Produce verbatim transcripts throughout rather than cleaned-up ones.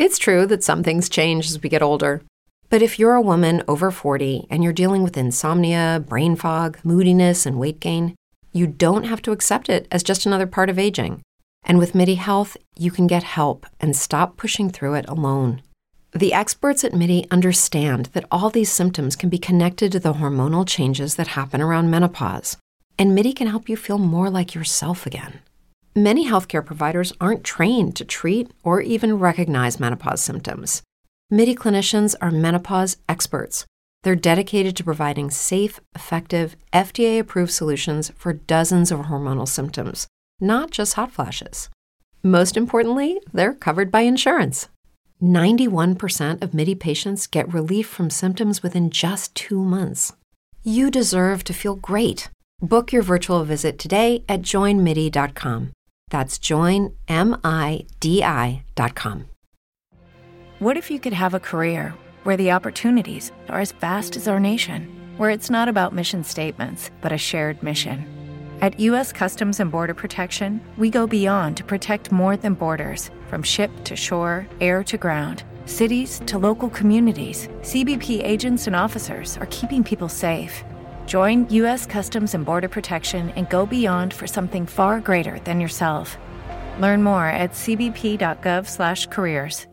It's true that some things change as we get older. But if you're a woman over forty and you're dealing with insomnia, brain fog, moodiness, and weight gain, you don't have to accept it as just another part of aging. And with MIDI Health, you can get help and stop pushing through it alone. The experts at MIDI understand that all these symptoms can be connected to the hormonal changes that happen around menopause, and MIDI can help you feel more like yourself again. Many healthcare providers aren't trained to treat or even recognize menopause symptoms. MIDI clinicians are menopause experts. They're dedicated to providing safe, effective, F D A-approved solutions for dozens of hormonal symptoms, not just hot flashes. Most importantly, they're covered by insurance. ninety-one percent of MIDI patients get relief from symptoms within just two months. You deserve to feel great. Book your virtual visit today at join midi dot com. That's join midi dot com. What if you could have a career where the opportunities are as vast as our nation, where it's not about mission statements, but a shared mission? At U S Customs and Border Protection, we go beyond to protect more than borders. From ship to shore, air to ground, cities to local communities, C B P agents and officers are keeping people safe. Join U S Customs and Border Protection and go beyond for something far greater than yourself. Learn more at c b p dot gov slash careers.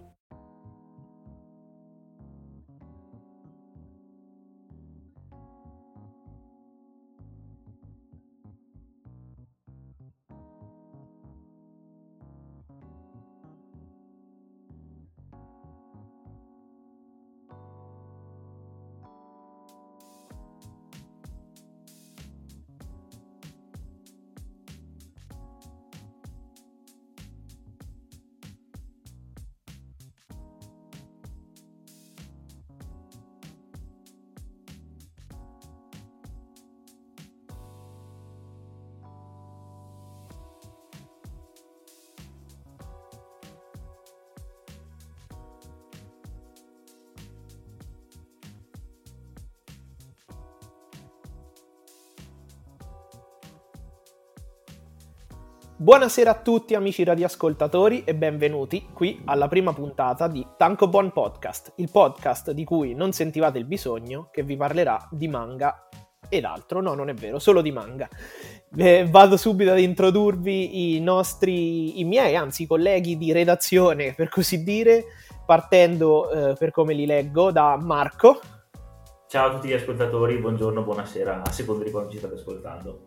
Buonasera a tutti amici radioascoltatori e benvenuti qui alla prima puntata di Tankobon Podcast, il podcast di cui non sentivate il bisogno, che vi parlerà di manga ed altro. No, non è vero, solo di manga. Eh, vado subito ad introdurvi i nostri, i miei, anzi i colleghi di redazione, per così dire, partendo eh, per come li leggo da Marco. Ciao a tutti gli ascoltatori, buongiorno, buonasera, a seconda di quando ci state ascoltando.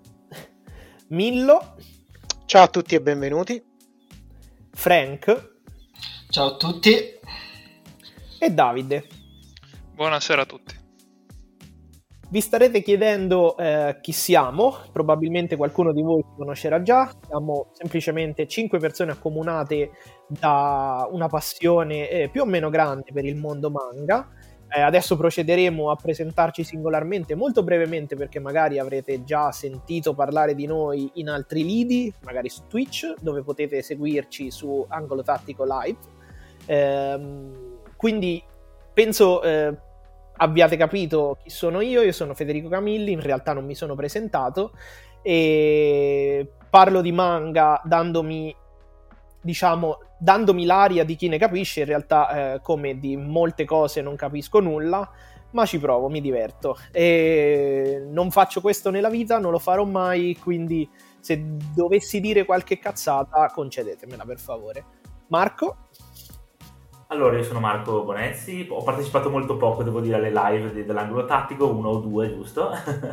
Millo. Ciao a tutti e benvenuti. Frank. Ciao a tutti. E Davide. Buonasera a tutti. Vi starete chiedendo eh, chi siamo, probabilmente qualcuno di voi ci conoscerà già. Siamo semplicemente cinque persone accomunate da una passione eh, più o meno grande per il mondo manga. Eh, adesso procederemo a presentarci singolarmente molto brevemente, perché magari avrete già sentito parlare di noi in altri lidi, magari su Twitch, dove potete seguirci su Angolo Tattico Live. Ehm, quindi penso eh, abbiate capito chi sono io. Io sono Federico Camilli, in realtà non mi sono presentato e parlo di manga dandomi, diciamo, dandomi l'aria di chi ne capisce. In realtà eh, come di molte cose non capisco nulla, ma ci provo, mi diverto e non faccio questo nella vita, non lo farò mai, quindi se dovessi dire qualche cazzata concedetemela per favore. Marco? Allora, io sono Marco Bonezzi, ho partecipato molto poco, devo dire, alle live dell'Angolo Tattico, uno o due, giusto?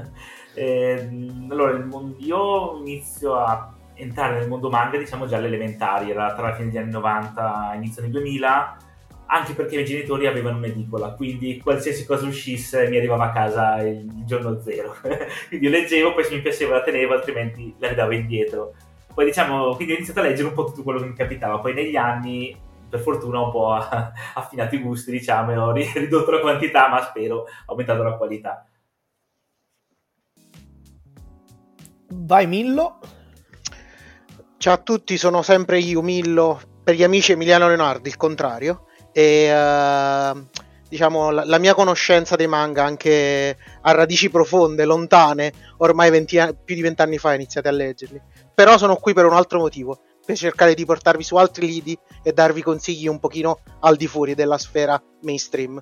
e, allora, io inizio a entrare nel mondo manga, diciamo, già alle elementari, era tra la fine degli anni novanta, inizio anni duemila, anche perché i miei genitori avevano un'edicola, quindi qualsiasi cosa uscisse mi arrivava a casa il giorno zero. Quindi io leggevo, poi se mi piaceva la tenevo, altrimenti la ridavo indietro. Poi, diciamo, quindi ho iniziato a leggere un po' tutto quello che mi capitava. Poi negli anni, per fortuna, ho un po' affinato i gusti, diciamo, e ho ridotto la quantità, ma spero aumentato la qualità. Vai Millo. Ciao a tutti, sono sempre io, Millo, per gli amici Emiliano Leonardo, il contrario, e uh, diciamo la, la mia conoscenza dei manga anche a radici profonde, lontane, ormai venti, più di vent'anni fa iniziate a leggerli, però sono qui per un altro motivo, per cercare di portarvi su altri lidi e darvi consigli un pochino al di fuori della sfera mainstream.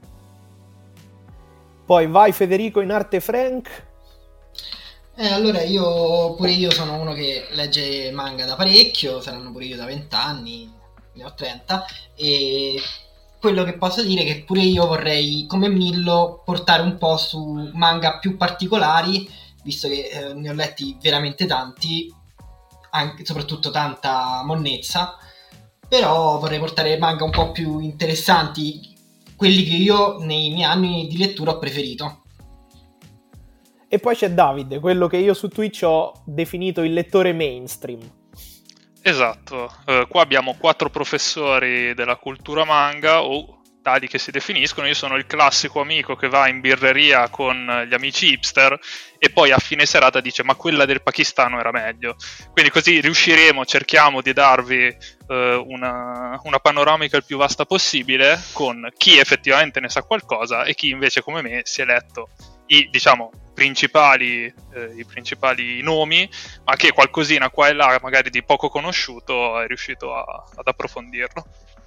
Poi vai Federico in arte Frank. Eh, allora io pure io sono uno che legge manga da parecchio, saranno pure io da vent'anni, ne ho trenta, e quello che posso dire è che pure io vorrei, come Millo, portare un po' su manga più particolari, visto che eh, ne ho letti veramente tanti, anche, soprattutto tanta monnezza, però vorrei portare manga un po' più interessanti, quelli che io nei miei anni di lettura ho preferito. E poi c'è Davide, quello che io su Twitch ho definito il lettore mainstream. Esatto, uh, qua abbiamo quattro professori della cultura manga, o tali che si definiscono. Io sono il classico amico che va in birreria con gli amici hipster e poi a fine serata dice ma quella del Pakistano era meglio. Quindi così riusciremo, cerchiamo di darvi uh, una, una panoramica il più vasta possibile con chi effettivamente ne sa qualcosa e chi invece come me si è letto i, diciamo, principali eh, i principali nomi, ma che qualcosina qua e là magari di poco conosciuto è riuscito a, ad approfondirlo.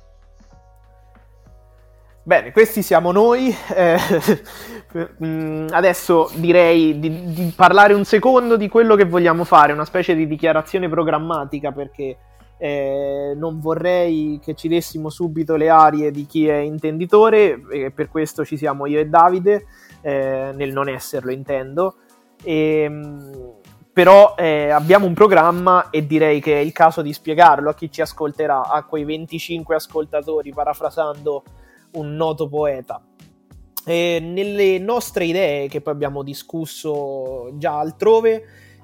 Bene, questi siamo noi. Eh, adesso direi di, di parlare un secondo di quello che vogliamo fare, una specie di dichiarazione programmatica, perché eh, non vorrei che ci dessimo subito le arie di chi è intenditore, e per questo ci siamo io e Davide. Eh, nel non esserlo intendo, e, però eh, abbiamo un programma e direi che è il caso di spiegarlo a chi ci ascolterà, a quei venticinque ascoltatori, parafrasando un noto poeta. E nelle nostre idee, che poi abbiamo discusso già altrove,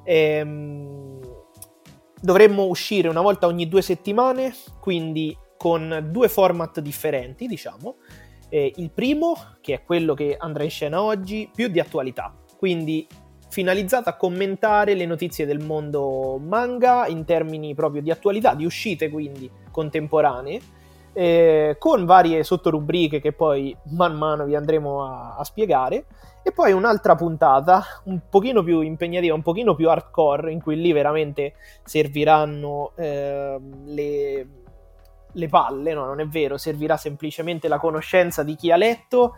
ehm, dovremmo uscire una volta ogni due settimane, quindi con due format differenti, diciamo. Eh, il primo, che è quello che andrà in scena oggi, più di attualità, quindi finalizzato a commentare le notizie del mondo manga in termini proprio di attualità, di uscite quindi contemporanee, eh, con varie sottorubriche che poi man mano vi andremo a, a spiegare, e poi un'altra puntata un pochino più impegnativa, un pochino più hardcore, in cui lì veramente serviranno eh, le... le palle, no, non è vero, servirà semplicemente la conoscenza di chi ha letto,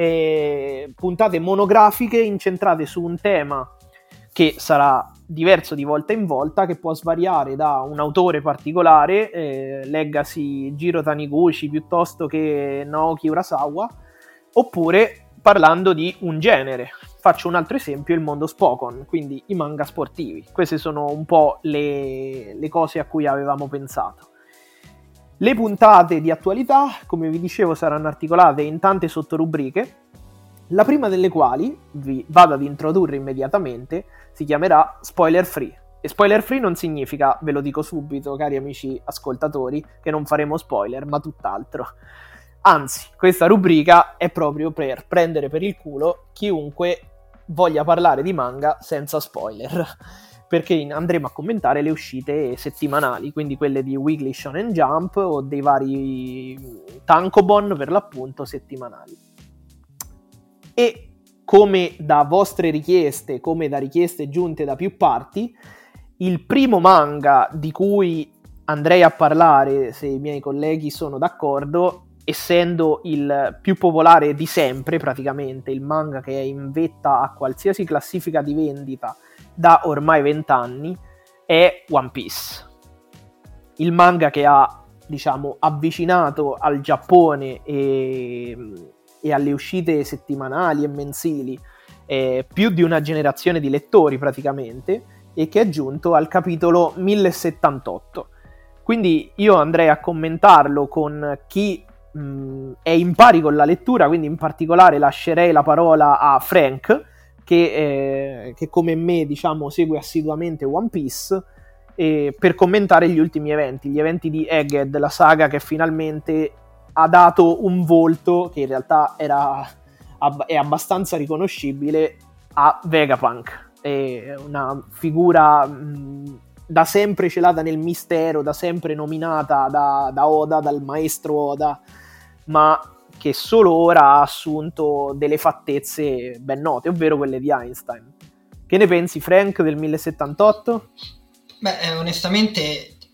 eh, puntate monografiche incentrate su un tema che sarà diverso di volta in volta, che può svariare da un autore particolare, eh, leggasi Jiro Taniguchi piuttosto che Naoki Urasawa, oppure parlando di un genere. Faccio un altro esempio, il mondo Spokon, quindi i manga sportivi. Queste sono un po' le, le cose a cui avevamo pensato. Le puntate di attualità, come vi dicevo, saranno articolate in tante sottorubriche, la prima delle quali, vi vado ad introdurre immediatamente, si chiamerà Spoiler Free. E spoiler free non significa, ve lo dico subito, cari amici ascoltatori, che non faremo spoiler, ma tutt'altro. Anzi, questa rubrica è proprio per prendere per il culo chiunque voglia parlare di manga senza spoiler, perché andremo a commentare le uscite settimanali, quindi quelle di Weekly Shonen Jump o dei vari tankobon per l'appunto settimanali. E come da vostre richieste, come da richieste giunte da più parti, il primo manga di cui andrei a parlare, se i miei colleghi sono d'accordo, essendo il più popolare di sempre praticamente, il manga che è in vetta a qualsiasi classifica di vendita da ormai vent'anni, è One Piece. Il manga che ha, diciamo, avvicinato al Giappone e, e alle uscite settimanali e mensili eh, più di una generazione di lettori praticamente, e che è giunto al capitolo mille settantotto. Quindi io andrei a commentarlo con chi mh, è in pari con la lettura, quindi in particolare lascerei la parola a Frank, che, eh, che come me, diciamo, segue assiduamente One Piece, eh, per commentare gli ultimi eventi, gli eventi di Egghead, la saga che finalmente ha dato un volto che in realtà era, è abbastanza riconoscibile a Vegapunk. È una figura mh, da sempre celata nel mistero, da sempre nominata da, da Oda, dal maestro Oda, ma che solo ora ha assunto delle fattezze ben note, ovvero quelle di Einstein. Che ne pensi, Frank, del mille settantotto? Beh, eh, onestamente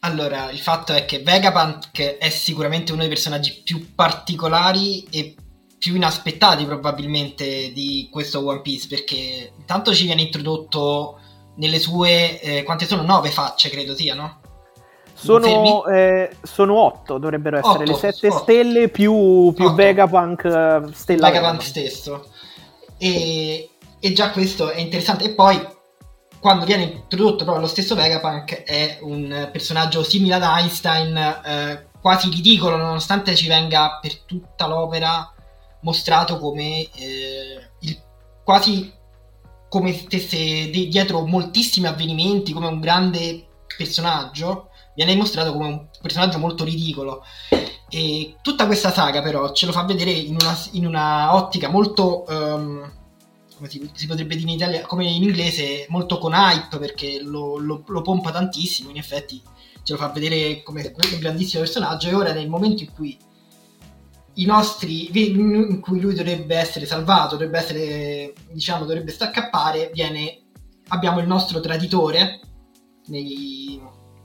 Allora, il fatto è che Vegapunk è sicuramente uno dei personaggi più particolari e più inaspettati probabilmente di questo One Piece, perché intanto ci viene introdotto nelle sue, eh, quante sono? Nove facce, credo siano. Sono, eh, sono otto, dovrebbero essere Otto, le sette otto. stelle più, più Otto. Vegapunk eh, stella Vegapunk stesso. E, e già questo è interessante. E poi, quando viene introdotto proprio lo stesso Vegapunk, è un personaggio simile ad Einstein, eh, quasi ridicolo, nonostante ci venga per tutta l'opera mostrato come eh, il, quasi come stesse di, dietro moltissimi avvenimenti, come un grande personaggio. Viene mostrato come un personaggio molto ridicolo. E tutta questa saga però ce lo fa vedere in una, in una ottica molto um, come si, si potrebbe dire in Italia, come in inglese, molto con hype, perché lo, lo, lo pompa tantissimo. In effetti ce lo fa vedere come un grandissimo personaggio. E ora, nel momento in cui i nostri in cui lui dovrebbe essere salvato, dovrebbe essere, diciamo, dovrebbe staccappare, viene abbiamo il nostro traditore nei,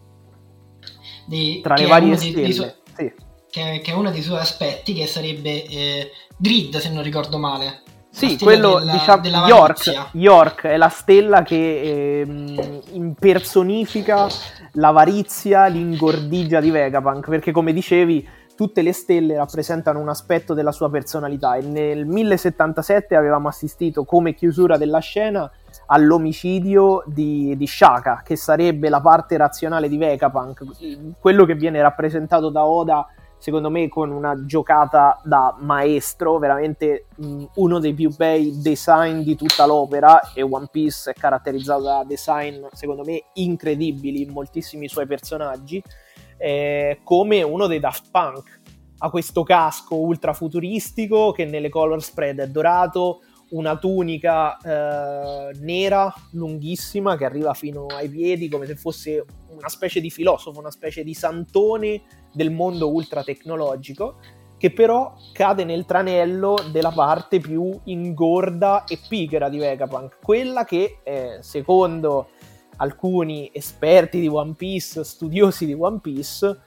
nei tra le che è varie uno dei- dei stelle. suoi- Sì. che, che è uno dei suoi aspetti, che sarebbe eh, Grid, se non ricordo male. La Sì, stella quello, della- diciamo, della York, avarizia. York è la stella che ehm, impersonifica l'avarizia, l'ingordigia di Vegapunk, perché come dicevi tutte le stelle rappresentano un aspetto della sua personalità, e nel millesettantasette avevamo assistito come chiusura della scena all'omicidio di, di Shaka, che sarebbe la parte razionale di Vegapunk, quello che viene rappresentato da Oda secondo me con una giocata da maestro, veramente mh, uno dei più bei design di tutta l'opera, e One Piece è caratterizzato da design secondo me incredibili in moltissimi suoi personaggi, eh, come uno dei Daft Punk. Ha questo casco ultra futuristico che nelle color spread è dorato, una tunica eh, nera lunghissima che arriva fino ai piedi, come se fosse una specie di filosofo, una specie di santone del mondo ultra tecnologico, che però cade nel tranello della parte più ingorda e pigra di Vegapunk, quella che eh, secondo alcuni esperti di One Piece, studiosi di One Piece,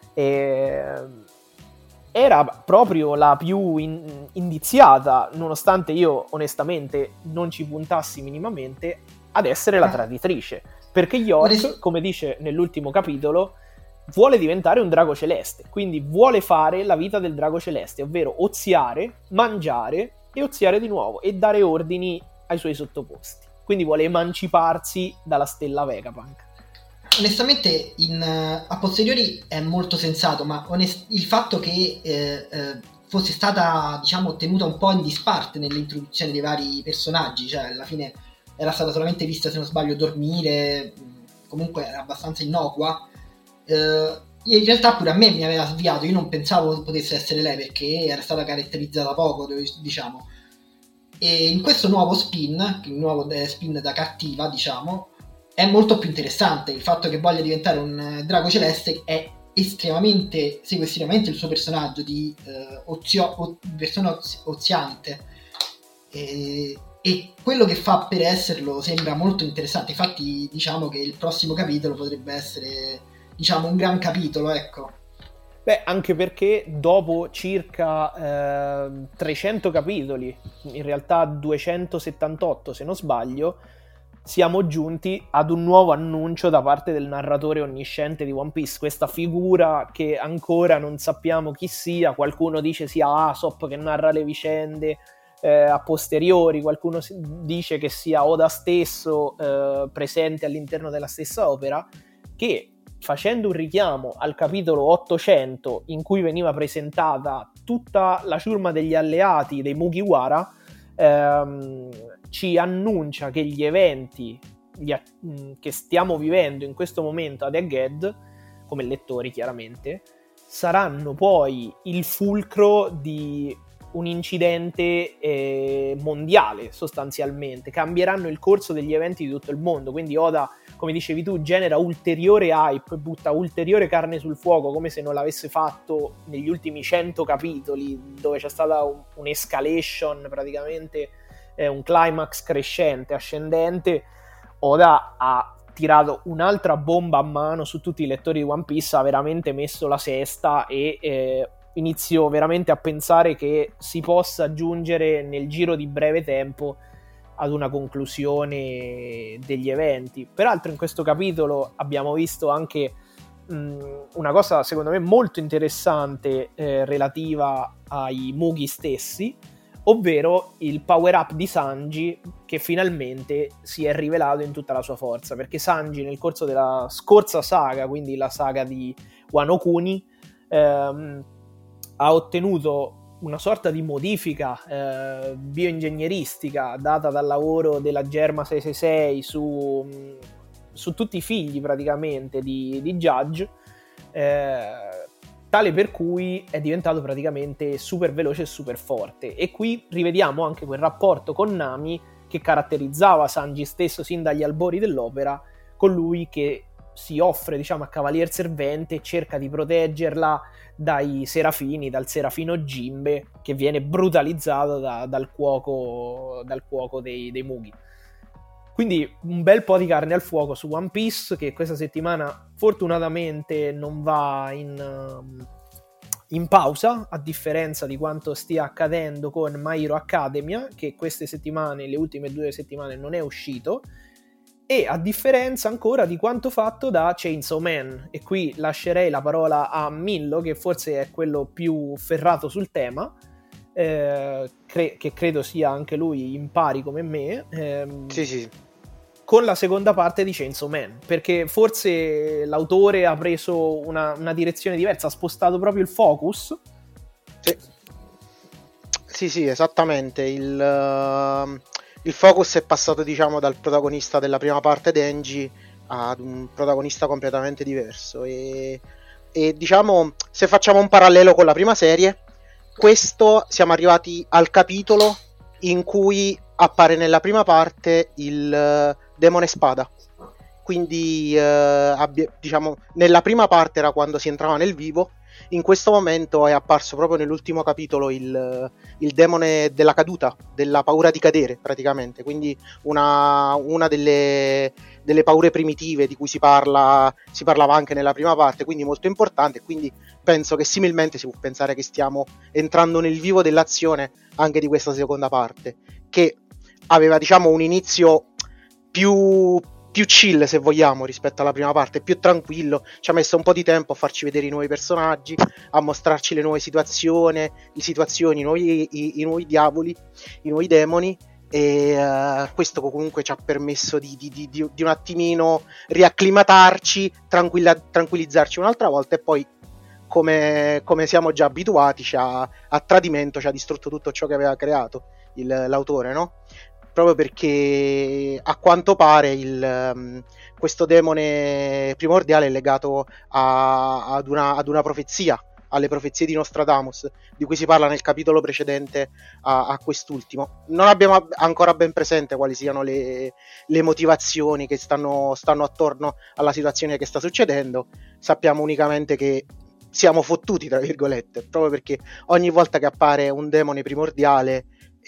eh, era proprio la più in, indiziata, nonostante io onestamente non ci puntassi minimamente, ad essere la traditrice, perché York, come dice nell'ultimo capitolo, vuole diventare un drago celeste, quindi vuole fare la vita del drago celeste, ovvero oziare, mangiare e oziare di nuovo e dare ordini ai suoi sottoposti, quindi vuole emanciparsi dalla stella Vegapunk. Onestamente in, a posteriori è molto sensato, ma onest- il fatto che eh, eh, fosse stata, diciamo, tenuta un po' in disparte nell'introduzione dei vari personaggi, cioè alla fine era stata solamente vista, se non sbaglio, dormire, comunque era abbastanza innocua, eh, in realtà pure a me mi aveva sviato. Io non pensavo potesse essere lei, perché era stata caratterizzata poco, diciamo. E in questo nuovo spin, il nuovo spin da cattiva, diciamo, è molto più interessante. Il fatto che voglia diventare un drago celeste è estremamente, segue estremamente il suo personaggio di eh, ozio, o, persona oz, oziante, e, e quello che fa per esserlo sembra molto interessante. Infatti diciamo che il prossimo capitolo potrebbe essere, diciamo, un gran capitolo, ecco. Beh, anche perché dopo circa eh, trecento capitoli, in realtà duecentosettantotto se non sbaglio, siamo giunti ad un nuovo annuncio da parte del narratore onnisciente di One Piece, questa figura che ancora non sappiamo chi sia. Qualcuno dice sia Aesop che narra le vicende eh, a posteriori, qualcuno dice che sia Oda stesso eh, presente all'interno della stessa opera, che facendo un richiamo al capitolo ottocento in cui veniva presentata tutta la ciurma degli alleati dei Mugiwara, ehm, ci annuncia che gli eventi gli, che stiamo vivendo in questo momento ad Egghead, come lettori chiaramente, saranno poi il fulcro di un incidente eh, mondiale, sostanzialmente cambieranno il corso degli eventi di tutto il mondo. Quindi Oda, come dicevi tu, genera ulteriore hype, butta ulteriore carne sul fuoco, come se non l'avesse fatto negli ultimi cento capitoli, dove c'è stata un, un'escalation, praticamente eh, un climax crescente, ascendente. Oda ha tirato un'altra bomba a mano su tutti i lettori di One Piece, ha veramente messo la sesta e eh, inizio veramente a pensare che si possa giungere nel giro di breve tempo ad una conclusione degli eventi. Peraltro in questo capitolo abbiamo visto anche mh, una cosa secondo me molto interessante eh, relativa ai Mugi stessi, ovvero il power up di Sanji, che finalmente si è rivelato in tutta la sua forza, perché Sanji nel corso della scorsa saga, quindi la saga di Wano Kuni, ehm, ha ottenuto una sorta di modifica eh, bioingegneristica data dal lavoro della Germa sei sei sei su, su tutti i figli praticamente di, di Judge, eh, tale per cui è diventato praticamente super veloce e super forte. E qui rivediamo anche quel rapporto con Nami che caratterizzava Sanji stesso sin dagli albori dell'opera, colui che si offre, diciamo, a cavalier servente e cerca di proteggerla dai serafini, dal serafino Jinbe, che viene brutalizzato da, dal cuoco, dal cuoco dei, dei Mugi. Quindi un bel po' di carne al fuoco su One Piece, che questa settimana fortunatamente non va in, in pausa, a differenza di quanto stia accadendo con My Hero Academia, che queste settimane, le ultime due settimane, non è uscito, e a differenza ancora di quanto fatto da Chainsaw Man. E qui lascerei la parola a Millo, che forse è quello più ferrato sul tema, eh, cre- che credo sia anche lui in pari come me, ehm, sì sì con la seconda parte di Chainsaw Man, perché forse l'autore ha preso una, una direzione diversa, ha spostato proprio il focus. Sì, sì, sì, esattamente. Il, uh, il focus è passato, diciamo, dal protagonista della prima parte, Denji, ad un protagonista completamente diverso. E, e diciamo, se facciamo un parallelo con la prima serie, questo siamo arrivati al capitolo in cui appare nella prima parte il uh, demone spada. Quindi uh, abbia, diciamo, nella prima parte era quando si entrava nel vivo, in questo momento è apparso proprio nell'ultimo capitolo il, il demone della caduta, della paura di cadere praticamente, quindi una, una delle, delle paure primitive di cui si parla si parlava anche nella prima parte, quindi molto importante. Quindi penso che similmente si può pensare che stiamo entrando nel vivo dell'azione anche di questa seconda parte, che aveva, diciamo, un inizio più più chill, se vogliamo, rispetto alla prima parte, più tranquillo. Ci ha messo un po' di tempo a farci vedere i nuovi personaggi, a mostrarci le nuove situazioni, le situazioni, i nuovi, i, i nuovi diavoli, i nuovi demoni, e uh, questo comunque ci ha permesso di, di, di, di un attimino riacclimatarci, tranquilla, tranquillizzarci un'altra volta, e poi come, come siamo già abituati, ci ha, a tradimento ci ha distrutto tutto ciò che aveva creato il, l'autore, no? Proprio perché a quanto pare il, um, questo demone primordiale è legato a, ad, una, ad una profezia, alle profezie di Nostradamus, di cui si parla nel capitolo precedente a, a quest'ultimo. Non abbiamo ancora ben presente quali siano le, le motivazioni che stanno, stanno attorno alla situazione che sta succedendo. Sappiamo unicamente che siamo fottuti, tra virgolette, proprio perché ogni volta che appare un demone primordiale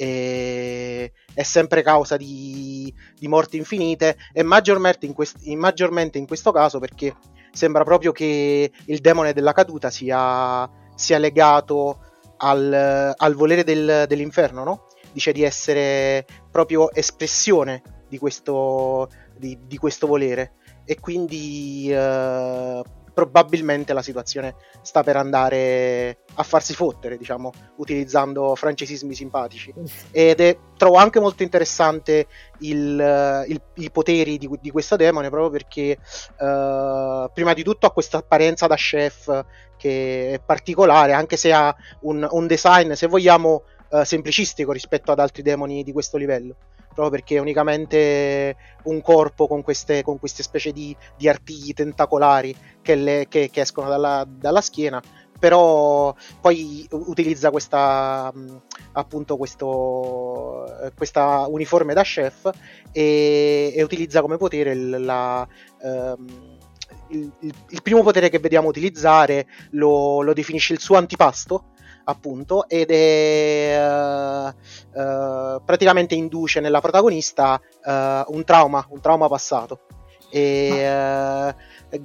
E è sempre causa di, di morti infinite, e maggiormente in, quest- in maggiormente in questo caso, perché sembra proprio che il demone della caduta sia, sia legato al, al volere del, dell'inferno, no? Dice di essere proprio espressione di questo, di, di questo volere, e quindi eh, probabilmente la situazione sta per andare a farsi fottere, diciamo, utilizzando francesismi simpatici. Ed è, trovo anche molto interessante il, il, i poteri di, di questo demone, proprio perché uh, prima di tutto ha questa apparenza da chef che è particolare, anche se ha un, un design, se vogliamo, uh, semplicistico rispetto ad altri demoni di questo livello, proprio perché è unicamente un corpo con queste, con queste specie di, di artigli tentacolari che, le, che, che escono dalla, dalla schiena, però poi utilizza questa, appunto, questo, questa uniforme da chef, e, e utilizza come potere il, la, um, il, il, il primo potere che vediamo utilizzare lo, lo definisce il suo antipasto, appunto, ed è uh, uh, praticamente induce nella protagonista uh, un trauma, un trauma passato. E Ma... eh,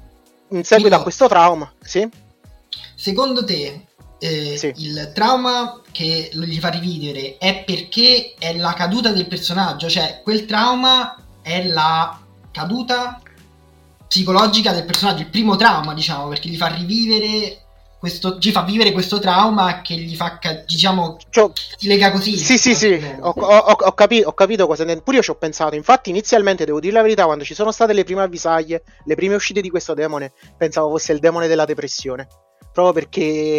in seguito Nico, a questo trauma, sì? Secondo te eh, sì. il trauma che gli fa rivivere è perché è la caduta del personaggio, cioè quel trauma è la caduta psicologica del personaggio, il primo trauma, diciamo, perché gli fa rivivere questo, gli fa vivere questo trauma che gli fa, diciamo, cioè, si lega così. Sì, sì, sì, ho, ho, ho, capito, ho capito cosa ne... pure io ci ho pensato. Infatti inizialmente, devo dire la verità, quando ci sono state le prime avvisaglie, le prime uscite di questo demone, pensavo fosse il demone della depressione, proprio perché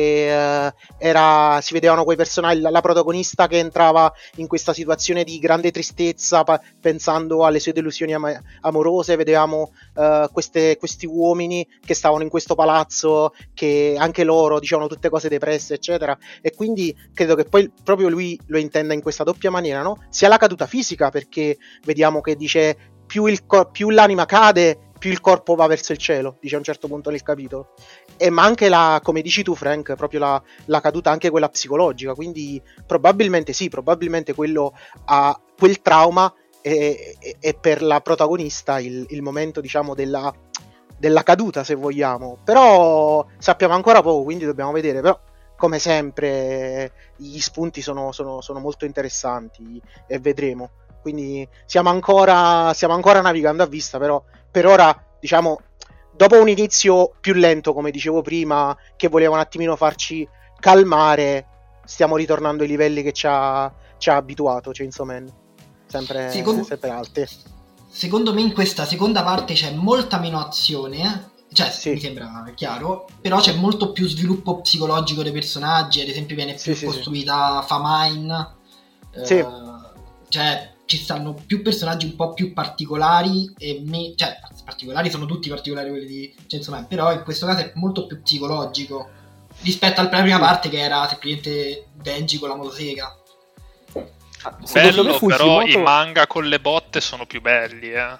eh, era, si vedevano quei personaggi, la, la protagonista che entrava in questa situazione di grande tristezza pa- pensando alle sue delusioni am- amorose, vedevamo eh, queste, questi uomini che stavano in questo palazzo, che anche loro dicevano tutte cose depresse eccetera, e quindi credo che poi proprio lui lo intenda in questa doppia maniera, no? Sia la caduta fisica, perché vediamo che dice più, il cor- più l'anima cade, più il corpo va verso il cielo, dice a un certo punto nel capitolo, e ma anche la, come dici tu Frank, proprio la, la caduta anche quella psicologica, quindi probabilmente sì, probabilmente quello ha quel trauma è, è, è per la protagonista il, il momento, diciamo, della, della caduta, se vogliamo, però sappiamo ancora poco, quindi dobbiamo vedere, però come sempre gli spunti sono, sono, sono molto interessanti e vedremo, quindi siamo ancora, stiamo ancora navigando a vista, però per ora, diciamo, dopo un inizio più lento, come dicevo prima, che voleva un attimino farci calmare, stiamo ritornando ai livelli che ci ha, ci ha abituato Chainsaw Man, sempre, secondo, sempre alti. Secondo me in questa seconda parte c'è molta meno azione, cioè sì. mi sembra chiaro, però c'è molto più sviluppo psicologico dei personaggi, ad esempio viene più sì, costruita sì. Famine, sì. eh, cioè ci stanno più personaggi un po' più particolari, e me, cioè particolari sono tutti particolari quelli di Chainsaw Man, però in questo caso è molto più psicologico rispetto alla prima parte che era semplicemente Denji con la motosega. Bello, però i manga con le botte sono più belli, eh.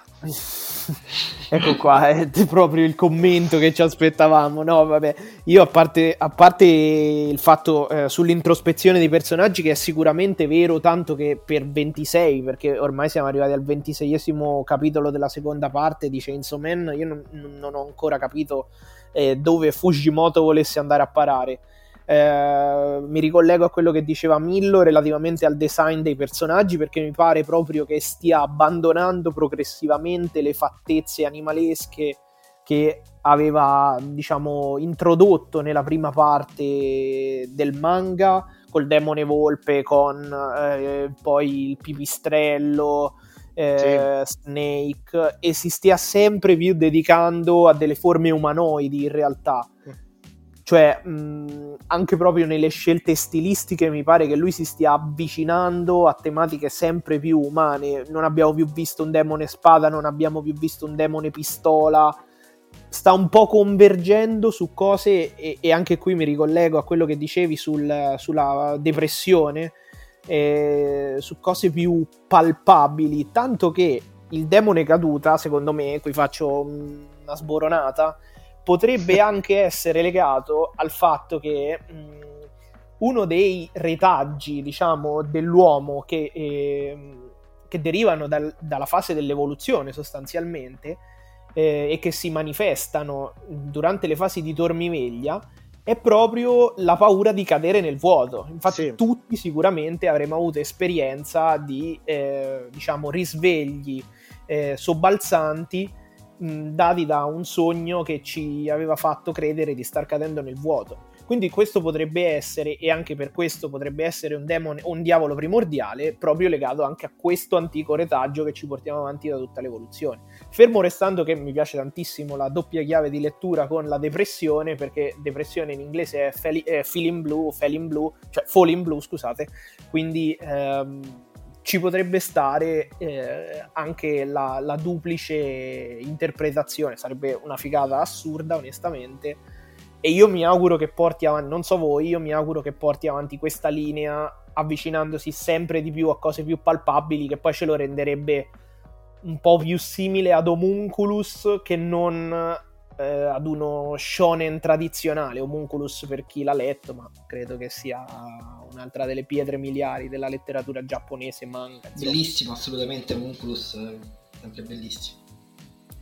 Ecco qua, è proprio il commento che ci aspettavamo. No, vabbè, io a parte, a parte il fatto eh, sull'introspezione dei personaggi, che è sicuramente vero, tanto che per ventisei, perché ormai siamo arrivati al ventiseiesimo capitolo della seconda parte di Chainsaw Man, io non, non ho ancora capito eh, dove Fujimoto volesse andare a parare. Eh, mi ricollego a quello che diceva Millo relativamente al design dei personaggi, perché mi pare proprio che stia abbandonando progressivamente le fattezze animalesche che aveva, diciamo, introdotto nella prima parte del manga, col demone volpe, con eh, poi il pipistrello, eh, sì. Snake, e si stia sempre più dedicando a delle forme umanoidi in realtà. Cioè, mh, anche proprio nelle scelte stilistiche mi pare che lui si stia avvicinando a tematiche sempre più umane. Non abbiamo più visto un demone spada, non abbiamo più visto un demone pistola. Sta un po' convergendo su cose, e, e anche qui mi ricollego a quello che dicevi sul, sulla depressione, eh, su cose più palpabili. Tanto che il demone caduta, secondo me, qui faccio una sboronata, potrebbe anche essere legato al fatto che mh, uno dei retaggi, diciamo, dell'uomo che, eh, che derivano dal, dalla fase dell'evoluzione sostanzialmente, eh, e che si manifestano durante le fasi di dormiveglia, è proprio la paura di cadere nel vuoto. Infatti sì. Tutti sicuramente avremo avuto esperienza di, eh, diciamo, risvegli eh, sobbalzanti dati da un sogno che ci aveva fatto credere di star cadendo nel vuoto. Quindi questo potrebbe essere, e anche per questo potrebbe essere un demone o un diavolo primordiale, proprio legato anche a questo antico retaggio che ci portiamo avanti da tutta l'evoluzione. Fermo restando che mi piace tantissimo la doppia chiave di lettura con la depressione, perché depressione in inglese è fel- eh, feeling blue, feeling blue, cioè falling blue, scusate, quindi ehm, ci potrebbe stare eh, anche la, la duplice interpretazione. Sarebbe una figata assurda, onestamente, e io mi auguro che porti avanti, non so voi, io mi auguro che porti avanti questa linea, avvicinandosi sempre di più a cose più palpabili, che poi ce lo renderebbe un po' più simile ad Homunculus che non eh, ad uno shonen tradizionale. Homunculus, per chi l'ha letto, ma credo che sia un'altra delle pietre miliari della letteratura giapponese manga, insomma. Bellissimo, assolutamente. Homunculus, sempre bellissimo.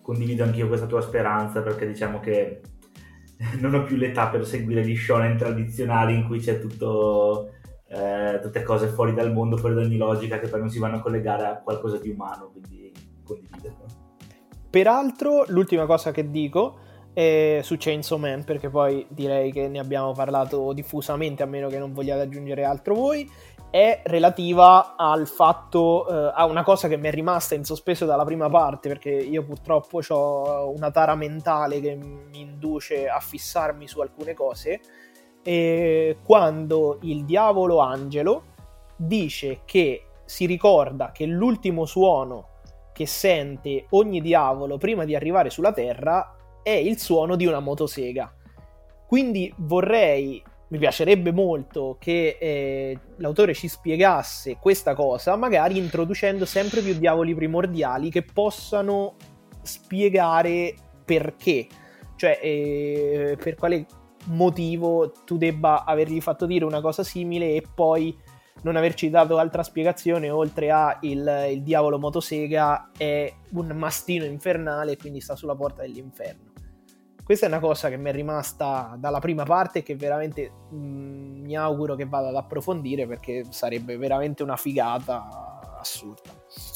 condivido anch'io questa tua speranza, perché diciamo che non ho più l'età per seguire gli shonen tradizionali in cui c'è tutto, eh, tutte cose fuori dal mondo, fuori da ogni logica, che poi non si vanno a collegare a qualcosa di umano, quindi condivido. Peraltro, l'ultima cosa che dico è su Chainsaw Man, perché poi direi che ne abbiamo parlato diffusamente, a meno che non vogliate aggiungere altro voi, è relativa al fatto, eh, a una cosa che mi è rimasta in sospeso dalla prima parte, perché io purtroppo ho una tara mentale che mi induce a fissarmi su alcune cose, e quando il diavolo Angelo dice che si ricorda che l'ultimo suono che sente ogni diavolo prima di arrivare sulla terra è il suono di una motosega. Quindi vorrei, mi piacerebbe molto che eh, l'autore ci spiegasse questa cosa, magari introducendo sempre più diavoli primordiali che possano spiegare perché, cioè eh, per quale motivo tu debba avergli fatto dire una cosa simile e poi non averci dato altra spiegazione oltre a il, il diavolo motosega è un mastino infernale e quindi sta sulla porta dell'inferno. Questa è una cosa che mi è rimasta dalla prima parte e che veramente mh, mi auguro che vada ad approfondire, perché sarebbe veramente una figata assurda.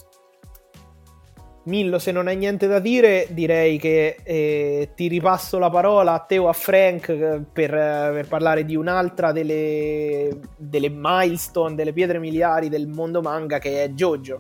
Millo, se non hai niente da dire, direi che eh, ti ripasso la parola a te o a Frank per, per parlare di un'altra delle, delle milestone, delle pietre miliari del mondo manga, che è JoJo.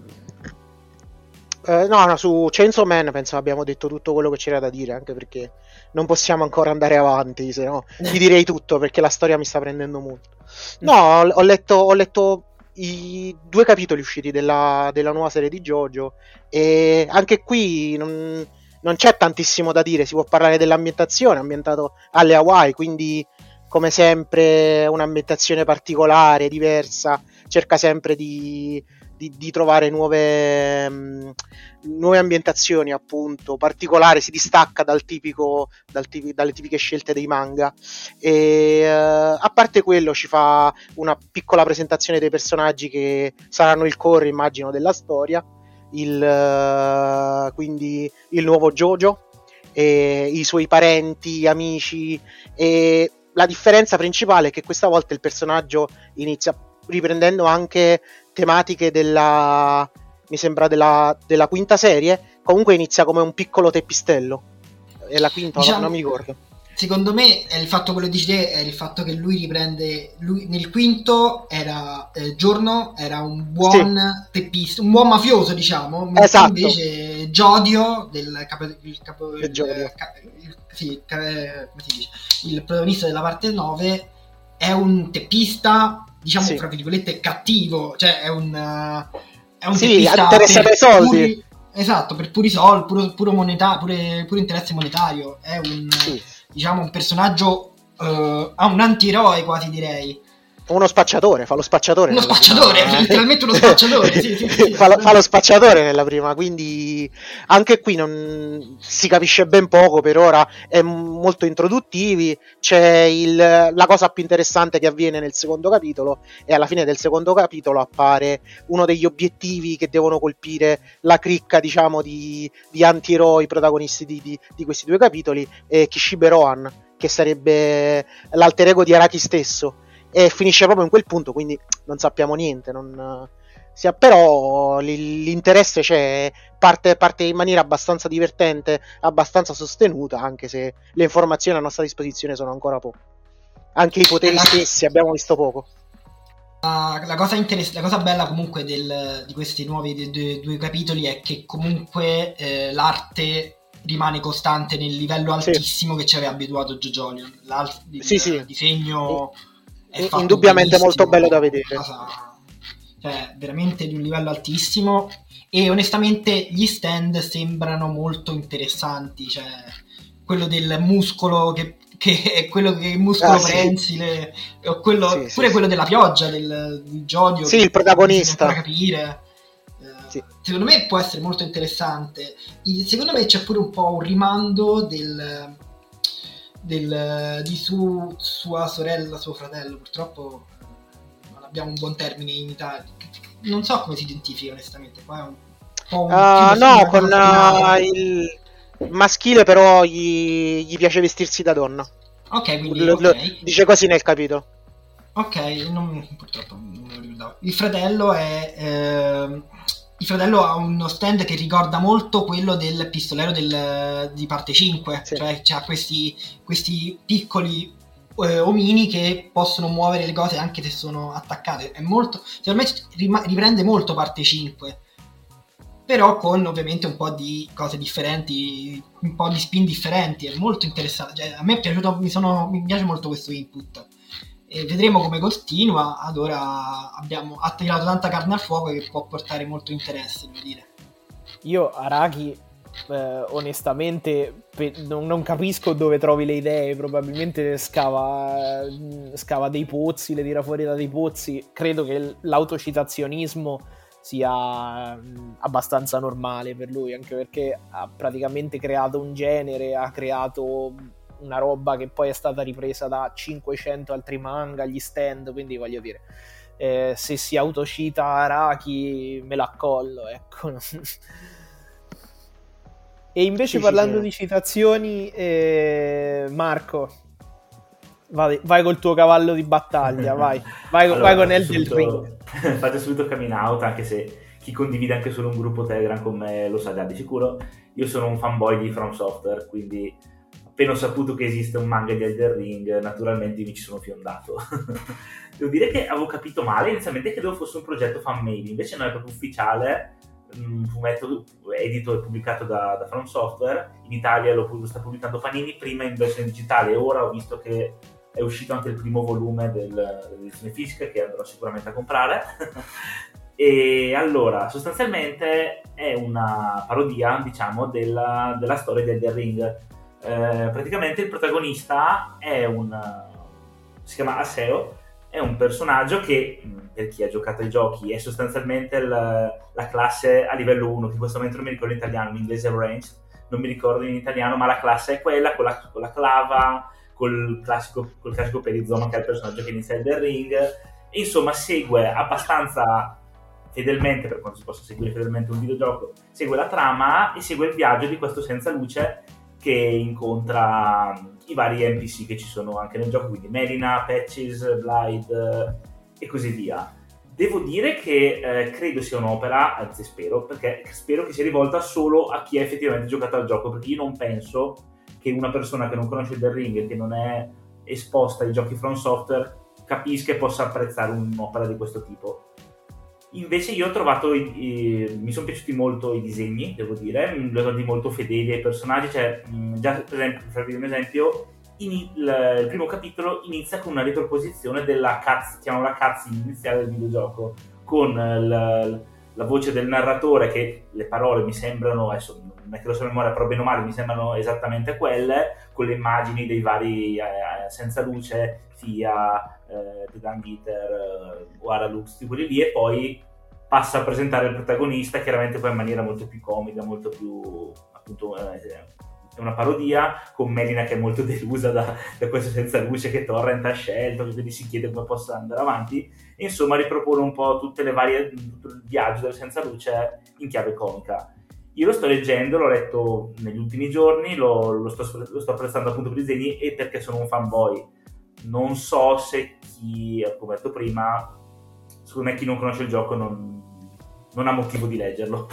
Eh, no, no, su Chainsaw Man penso abbiamo detto tutto quello che c'era da dire, anche perché non possiamo ancora andare avanti, se no vi direi tutto, perché la storia mi sta prendendo molto. No, ho, ho letto... Ho letto i due capitoli usciti della, della nuova serie di JoJo, e anche qui non, non c'è tantissimo da dire. Si può parlare dell'ambientazione, ambientato alle Hawaii, quindi come sempre un'ambientazione particolare, diversa, cerca sempre di, di, di trovare nuove, mh, nuove ambientazioni, appunto, particolari, si distacca dal tipico, dal tipi, dalle tipiche scelte dei manga, e uh, a parte quello ci fa una piccola presentazione dei personaggi che saranno il core, immagino, della storia, il, uh, quindi il nuovo JoJo e i suoi parenti, amici, e la differenza principale è che questa volta il personaggio inizia riprendendo anche tematiche della, mi sembra della, della quinta serie, comunque inizia come un piccolo teppistello, è la quinta, diciamo, non mi ricordo. Secondo me è il fatto, quello che dici te, è il fatto che lui riprende, lui nel quinto era eh, Giorno, era un buon sì. teppista, un buon mafioso, diciamo, mentre esatto. invece Giodio, del capo, il, capo, il, il, il, sì, come si dice, il protagonista della parte nove, è un teppista, diciamo, sì. fra virgolette, cattivo, cioè è un, uh, è un sì, teppista interessa per soldi. Puri, esatto, per puri soldi, puro, puro, moneta, pure, pure interesse monetario, è un... Sì. diciamo un personaggio uh, ha un antieroe, quasi direi. Uno spacciatore, fa lo spacciatore. Uno spacciatore, prima... letteralmente uno spacciatore. sì, sì, sì, fa, lo, fa lo spacciatore nella prima, quindi anche qui non si capisce ben poco per ora, è molto introduttivi. C'è il, la cosa più interessante che avviene nel secondo capitolo, e alla fine del secondo capitolo appare uno degli obiettivi che devono colpire la cricca, diciamo, di, di antieroi protagonisti di, di, di questi due capitoli, è Kishibe Rohan, che sarebbe l'alter ego di Araki stesso, e finisce proprio in quel punto, quindi non sappiamo niente, non, sia, però l'interesse c'è, parte, parte in maniera abbastanza divertente, abbastanza sostenuta, anche se le informazioni a nostra disposizione sono ancora poche, anche i poteri stessi abbiamo visto poco. Uh, la, cosa interess- la cosa bella comunque del, di questi nuovi de- de- due capitoli è che comunque eh, l'arte rimane costante nel livello altissimo sì. che ci aveva abituato Jojolion. Il sì, sì. disegno è indubbiamente molto bello da vedere, cosa, cioè veramente di un livello altissimo, e onestamente gli stand sembrano molto interessanti, cioè quello del muscolo che, che è quello che è il muscolo ah, prensile sì. o quello, sì, pure sì, quello sì. della pioggia del, del Giodio, sì, il protagonista, per capire. Sì. Secondo me può essere molto interessante. Secondo me c'è pure un po' un rimando del, del di su, sua sorella, suo fratello. Purtroppo non abbiamo un buon termine in Italia, non so come si identifica onestamente. Qua è un po' un uh, no con uh, il maschile, però gli, gli piace vestirsi da donna. Ok, quindi Lo- lo- okay. dice così nel capitolo. Ok, non, purtroppo non me lo ricordavo. Il fratello è ehm, il fratello ha uno stand che ricorda molto quello del pistolero del- di parte cinque, Sì. cioè c'ha questi, questi piccoli eh, omini che possono muovere le cose anche se sono attaccate. È molto, secondo me rima- riprende molto parte cinque, però con ovviamente un po' di cose differenti, un po' di spin differenti. È molto interessante, cioè, a me è piaciuto, mi, sono, mi piace molto questo input. E vedremo come continua. Ad ora abbiamo ha tirato tanta carne al fuoco che può portare molto interesse, devo dire. Io Araki eh, onestamente pe- non, non capisco dove trovi le idee, probabilmente scava, scava dei pozzi, le tira fuori da dei pozzi. Credo che l- l'autocitazionismo sia mh, abbastanza normale per lui, anche perché ha praticamente creato un genere, ha creato una roba che poi è stata ripresa da cinquecento altri manga, gli stand, quindi voglio dire, eh, se si autocita Araki me l'accollo, ecco. E invece Sì, parlando sì, di citazioni, eh, Marco, vai, vai col tuo cavallo di battaglia, vai, vai, Allora, vai con faccio Elden subito- Ring. Faccio subito coming out, anche se chi condivide anche solo un gruppo Telegram con me lo sa già di sicuro. Io sono un fanboy di From Software, quindi appena ho saputo che esiste un manga di Elden Ring, naturalmente mi ci sono fiondato. Devo dire che avevo capito male, inizialmente credevo fosse un progetto fan-made, invece non è proprio ufficiale, un fumetto edito e pubblicato da, da From Software. In Italia lo, lo sta pubblicando Panini, prima in versione digitale, e ora ho visto che è uscito anche il primo volume del, dell'edizione fisica, che andrò sicuramente a comprare. E allora, sostanzialmente è una parodia, diciamo, della, della storia di Elden Ring. Eh, praticamente il protagonista è un si chiama Aseo, è un personaggio che, per chi ha giocato ai giochi, è sostanzialmente la, la classe a livello uno, che in questo momento non mi ricordo in italiano, in inglese è Range, non mi ricordo in italiano, ma la classe è quella con la, con la clava, col classico, col classico perizoma, che è il personaggio che inizia Elden Ring. E insomma segue abbastanza fedelmente, per quanto si possa seguire fedelmente un videogioco, segue la trama e segue il viaggio di questo senza luce che incontra i vari N P C che ci sono anche nel gioco, quindi Melina, Patches, Blythe e così via. Devo dire che eh, credo sia un'opera, anzi spero, perché spero che sia rivolta solo a chi ha effettivamente giocato al gioco, perché io non penso che una persona che non conosce The Ring e che non è esposta ai giochi From Software capisca e possa apprezzare un'opera di questo tipo. Invece io ho trovato, i, i, mi sono piaciuti molto i disegni, devo dire, li ho trovati molto fedeli ai personaggi, cioè, mh, già per esempio, per farvi un esempio, in, il, il primo capitolo inizia con una riproposizione della cutscene, chiamiamola cutscene iniziale del videogioco, con il, la voce del narratore, che le parole mi sembrano, adesso non è che lo so a memoria, però bene o male mi sembrano esattamente quelle, con le immagini dei vari eh, senza luce, Fia, eh, The Dung Eater, eh, Wara Lux, tutti quelli lì, e poi passa a presentare il protagonista, chiaramente poi in maniera molto più comica, molto più, appunto, eh, è una parodia, con Melina che è molto delusa da, da questo senza luce che Torrent ha scelto, quindi si chiede come possa andare avanti, e insomma ripropone un po' tutte le varie, tutto il viaggio del senza luce in chiave comica. Io lo sto leggendo, l'ho letto negli ultimi giorni, lo, lo, sto, lo sto apprezzando appunto per i disegni e perché sono un fanboy. Non so se chi, come ho detto prima, secondo me chi non conosce il gioco non, non ha motivo di leggerlo.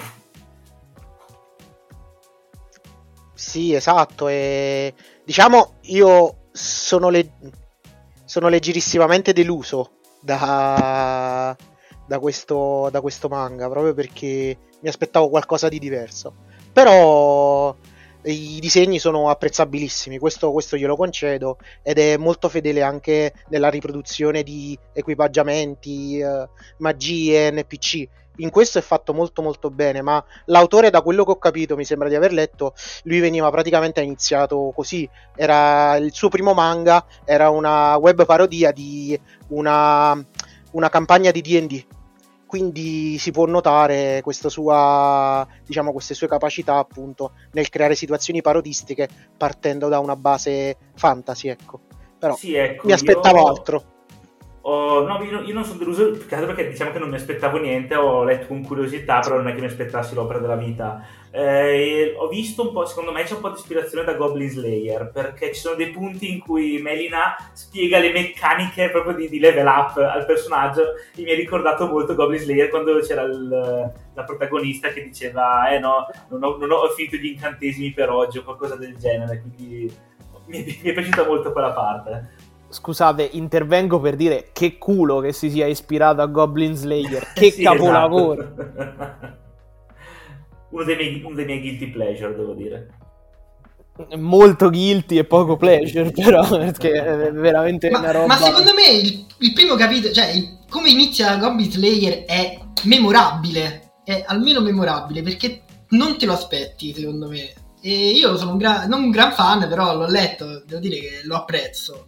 Sì, esatto. E diciamo, io sono, le... sono leggerissimamente deluso da... Da, questo, da questo manga, proprio perché mi aspettavo qualcosa di diverso. Però i disegni sono apprezzabilissimi, questo, questo glielo concedo, ed è molto fedele anche nella riproduzione di equipaggiamenti, eh, magie, N P C. In questo è fatto molto molto bene, ma l'autore, da quello che ho capito, mi sembra di aver letto, lui veniva praticamente iniziato così, era il suo primo manga, era una web parodia di una, una campagna di D and D. Quindi si può notare questa sua, diciamo, queste sue capacità appunto nel creare situazioni parodistiche partendo da una base fantasy, ecco. Però sì, ecco, mi aspettavo io... altro. Oh, no, io, io non sono deluso perché diciamo che non mi aspettavo niente, ho letto con curiosità, però non è che mi aspettassi l'opera della vita. Eh, ho visto un po', secondo me c'è un po' di ispirazione da Goblin Slayer, perché ci sono dei punti in cui Melina spiega le meccaniche proprio di, di level up al personaggio, e mi ha ricordato molto Goblin Slayer quando c'era il, la protagonista che diceva eh no, non ho, non ho finito gli incantesimi per oggi o qualcosa del genere, quindi mi, mi è piaciuta molto quella parte. Scusate, intervengo per dire che culo che si sia ispirato a Goblin Slayer, che sì, capolavoro. Esatto. uno, dei miei, uno dei miei guilty pleasure, devo dire. Molto guilty e poco pleasure, però, perché è veramente ma, una roba... Ma secondo me il, il primo capitolo, cioè il, come inizia Goblin Slayer è memorabile, è almeno memorabile, perché non te lo aspetti, secondo me. E io sono un gran, non un gran fan, però l'ho letto, devo dire che lo apprezzo.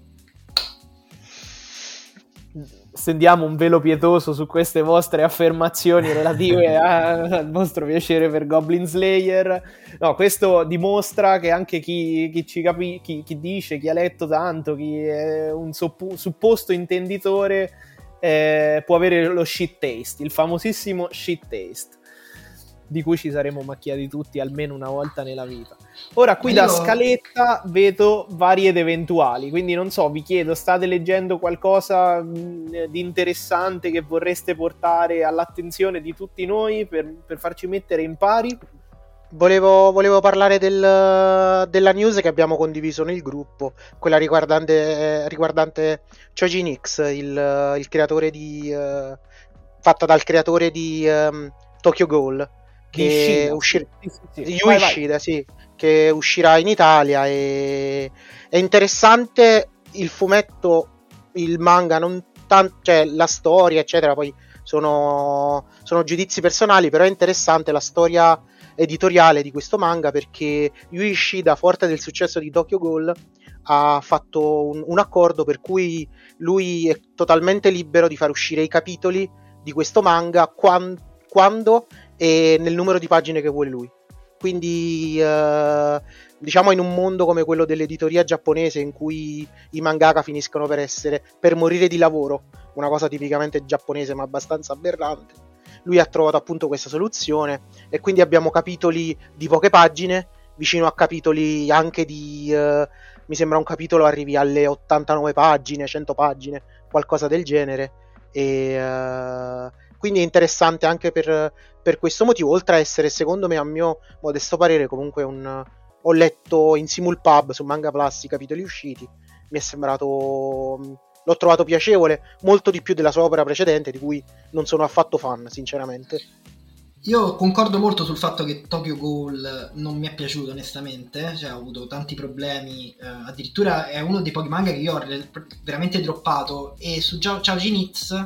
Stendiamo un velo pietoso su queste vostre affermazioni relative a, al vostro piacere per Goblin Slayer. No, questo dimostra che anche chi, chi ci capi, chi, chi dice, chi ha letto tanto, chi è un soppo, supposto intenditore, eh, può avere lo shit taste, il famosissimo shit taste, di cui ci saremo macchiati tutti almeno una volta nella vita. Ora qui da scaletta vedo vari ed eventuali, quindi non so, vi chiedo, state leggendo qualcosa mh, di interessante che vorreste portare all'attenzione di tutti noi per, per farci mettere in pari? Volevo, volevo parlare del, della news che abbiamo condiviso nel gruppo, quella riguardante, riguardante Choji Nix, il, il creatore di uh, fatta dal creatore di um, Tokyo Ghoul, che uscirà sì, sì, sì. Yui Ishida, sì, che uscirà in Italia. E è interessante il fumetto, il manga, non tanto, cioè la storia eccetera, poi sono, sono giudizi personali, però è interessante la storia editoriale di questo manga, perché Yui Ishida, forte del successo di Tokyo Ghoul, ha fatto un, un accordo per cui lui è totalmente libero di far uscire i capitoli di questo manga quando, quando e nel numero di pagine che vuole lui. Quindi eh, diciamo in un mondo come quello dell'editoria giapponese, in cui i mangaka finiscono per essere per morire di lavoro, una cosa tipicamente giapponese ma abbastanza aberrante, lui ha trovato appunto questa soluzione, e quindi abbiamo capitoli di poche pagine vicino a capitoli anche di eh, mi sembra un capitolo arrivi alle ottantanove pagine, cento pagine, qualcosa del genere. E eh, quindi è interessante anche per, per questo motivo, oltre a essere, secondo me, a mio modesto parere, comunque un... ho letto in Simulpub su Manga Plus i capitoli usciti, mi è sembrato, l'ho trovato piacevole, molto di più della sua opera precedente, di cui non sono affatto fan, sinceramente. Io concordo molto sul fatto che Tokyo Ghoul non mi è piaciuto, onestamente, cioè ho avuto tanti problemi, eh, addirittura è uno dei pochi manga che io ho veramente droppato. E su Choji Nix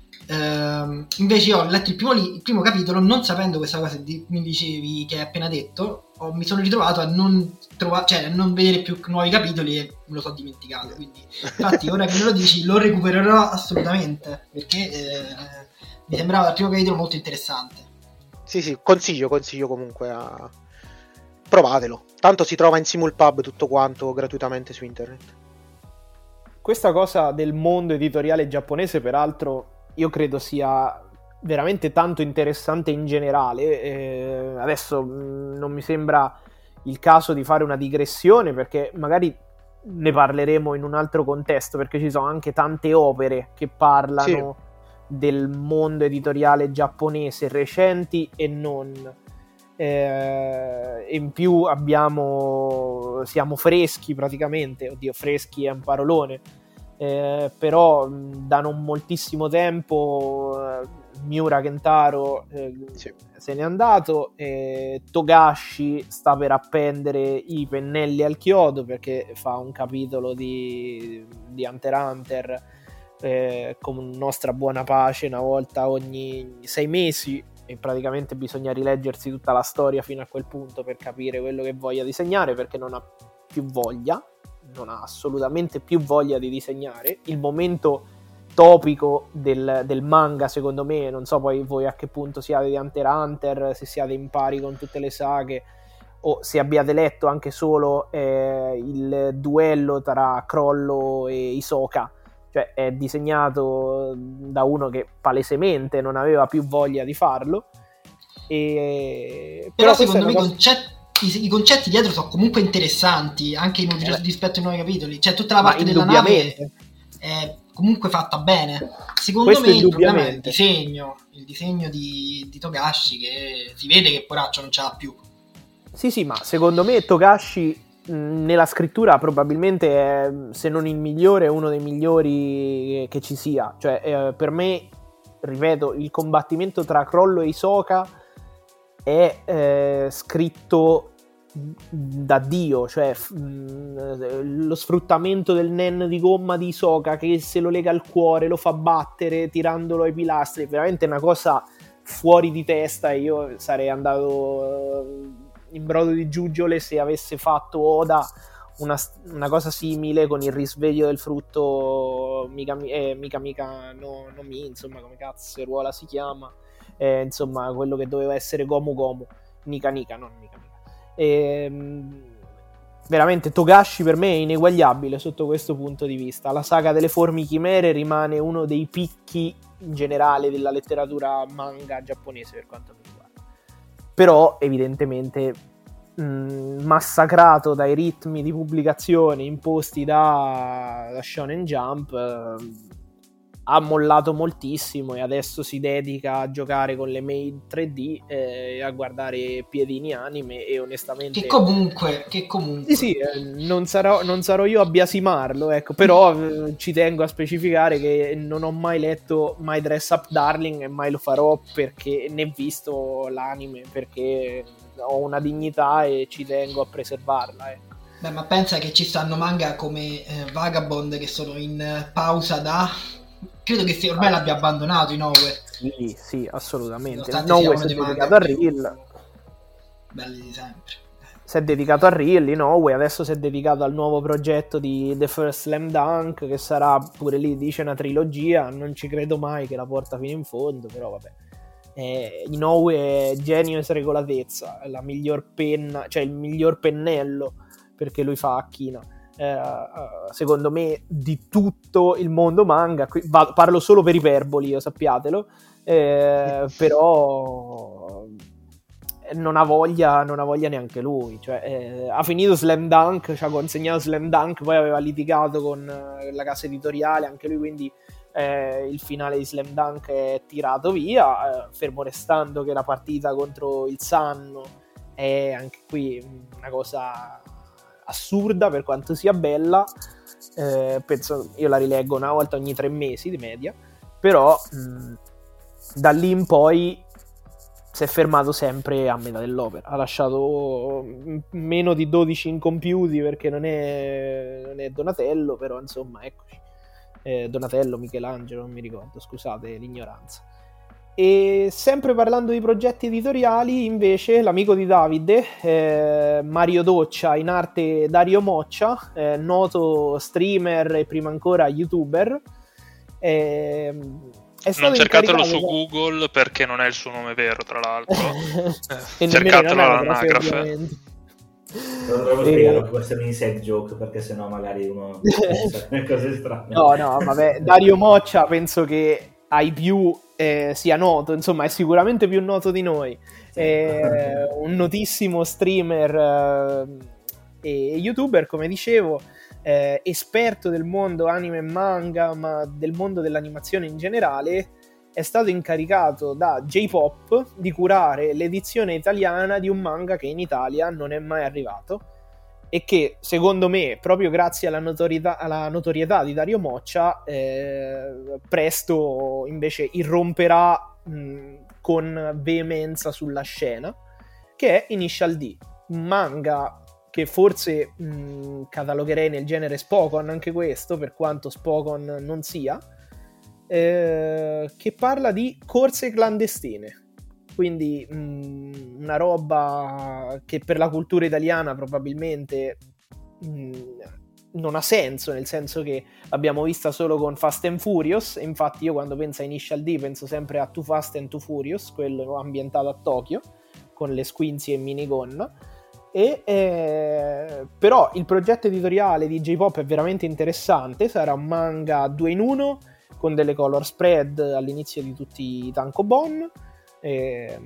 Uh, invece io ho letto il primo, li- il primo capitolo, non sapendo questa cosa che mi dicevi, che hai appena detto, ho, mi sono ritrovato a non trova- cioè a non vedere più nuovi capitoli e me lo so dimenticato. Quindi infatti ora che me lo dici lo recupererò assolutamente, perché eh, mi sembrava il primo capitolo molto interessante. Sì sì, consiglio, consiglio comunque a... provatelo, tanto si trova in Simulpub tutto quanto gratuitamente su internet. Questa cosa del mondo editoriale giapponese, peraltro, io credo sia veramente tanto interessante in generale. Eh, adesso mh, non mi sembra il caso di fare una digressione, perché magari ne parleremo in un altro contesto, perché ci sono anche tante opere che parlano sì. del mondo editoriale giapponese, recenti e non. Eh, in più abbiamo siamo freschi praticamente, oddio freschi è un parolone, Eh, però da non moltissimo tempo eh, Miura Kentaro eh, sì. se n'è andato, e Togashi sta per appendere i pennelli al chiodo, perché fa un capitolo di, di Hunter x Hunter eh, con nostra buona pace una volta ogni sei mesi, e praticamente bisogna rileggersi tutta la storia fino a quel punto per capire quello che voglia disegnare, perché non ha più voglia non ha assolutamente più voglia di disegnare. Il momento topico del, del manga, secondo me, non so poi voi a che punto siate di Hunter x Hunter, se siate in pari con tutte le saghe o se abbiate letto anche solo eh, il duello tra Crollo e Hisoka, cioè cioè è disegnato da uno che palesemente non aveva più voglia di farlo. E... Però, però secondo me cosa... concetti, i, i concetti dietro sono comunque interessanti, anche in, eh. rispetto ai nuovi capitoli, cioè tutta la parte della nave è comunque fatta bene. Secondo Questo me il problema è il indubbiamente. disegno il disegno di, di Togashi, che si vede che poraccio non ce l'ha più. Sì sì, ma secondo me Togashi nella scrittura probabilmente è, se non il migliore, uno dei migliori che ci sia. Cioè eh, per me, ripeto, il combattimento tra Crollo e Hisoka è eh, scritto da Dio, cioè mh, lo sfruttamento del nen di gomma di Hisoka che se lo lega al cuore, lo fa battere tirandolo ai pilastri, è veramente una cosa fuori di testa. E io sarei andato in brodo di giuggiole se avesse fatto Oda una, una cosa simile con il risveglio del frutto mica eh, mica, mica no, no mi, insomma come cazzeruola si chiama, eh, insomma quello che doveva essere Gomu Gomu, Nika Nika, non Nika Nika. E, veramente Togashi per me è ineguagliabile sotto questo punto di vista. La saga delle formi chimere rimane uno dei picchi in generale della letteratura manga giapponese per quanto mi riguarda, però evidentemente mh, massacrato dai ritmi di pubblicazione imposti da, da Shonen Jump, eh, ha mollato moltissimo e adesso si dedica a giocare con le maid tre D e a guardare piedini anime. E onestamente che comunque che comunque sì sì eh, non, sarò, non sarò io a biasimarlo, ecco, però eh, ci tengo a specificare che non ho mai letto My Dress Up Darling e mai lo farò, perché né visto l'anime, perché ho una dignità e ci tengo a preservarla, ecco. Beh, ma pensa che ci stanno manga come eh, Vagabond che sono in eh, pausa da... credo che sia, ormai l'abbia abbandonato Inoue. Sì, sì, assolutamente. Inoue si è dedicato a Reel. Belli di sempre. Si è dedicato a Reel, Inoue, adesso si è dedicato al nuovo progetto di The First Slam Dunk, che sarà pure lì, dice, una trilogia. Non ci credo mai che la porta fino in fondo, però vabbè. Eh, Inoue è genio e sregolatezza, è la miglior penna, cioè il miglior pennello, perché lui fa Akina. Eh, secondo me di tutto il mondo manga, qui va, parlo solo per iperboli, io sappiatelo, eh, però non ha voglia non ha voglia neanche lui, cioè, eh, ha finito Slam Dunk, ci ha consegnato Slam Dunk, poi aveva litigato con eh, la casa editoriale anche lui, quindi eh, il finale di Slam Dunk è tirato via, eh, fermo restando che la partita contro il Sanno è anche qui una cosa assurda per quanto sia bella. Eh, penso, io la rileggo una volta ogni tre mesi di media, però mh, da lì in poi si è fermato sempre a metà dell'opera, ha lasciato meno di dodici incompiuti perché non è, non è Donatello, però insomma eccoci, eh, Donatello, Michelangelo, non mi ricordo, scusate l'ignoranza. E sempre parlando di progetti editoriali, invece, l'amico di Davide, eh, Mario Doccia, in arte Dario Moccia, eh, noto streamer e prima ancora youtuber, eh, è stato non cercatelo incaricato su da... Google perché non è il suo nome vero, tra l'altro. E cercatelo all'anagrafe. Lo dovevo spiegare, può essere un inside joke, perché sennò magari uno pensa cose strane. No, no, vabbè, Dario Moccia penso che ai più eh, sia noto, insomma è sicuramente più noto di noi, è un notissimo streamer eh, e youtuber, come dicevo, eh, esperto del mondo anime e manga, ma del mondo dell'animazione in generale. È stato incaricato da J-Pop di curare l'edizione italiana di un manga che in Italia non è mai arrivato e che, secondo me, proprio grazie alla notorietà, alla notorietà di Dario Moccia, eh, presto invece irromperà mh, con veemenza sulla scena, che è Initial D, un manga che forse mh, catalogherei nel genere Spokon, anche questo, per quanto Spokon non sia, eh, che parla di corse clandestine. Quindi mh, una roba che per la cultura italiana probabilmente mh, non ha senso, nel senso che l'abbiamo vista solo con Fast and Furious. Infatti io quando penso a Initial D penso sempre a Too Fast and Too Furious, quello ambientato a Tokyo con le squinzie e minigonna. E, eh, però il progetto editoriale di J-Pop è veramente interessante, sarà un manga due in uno con delle color spread all'inizio di tutti i tankobon eh,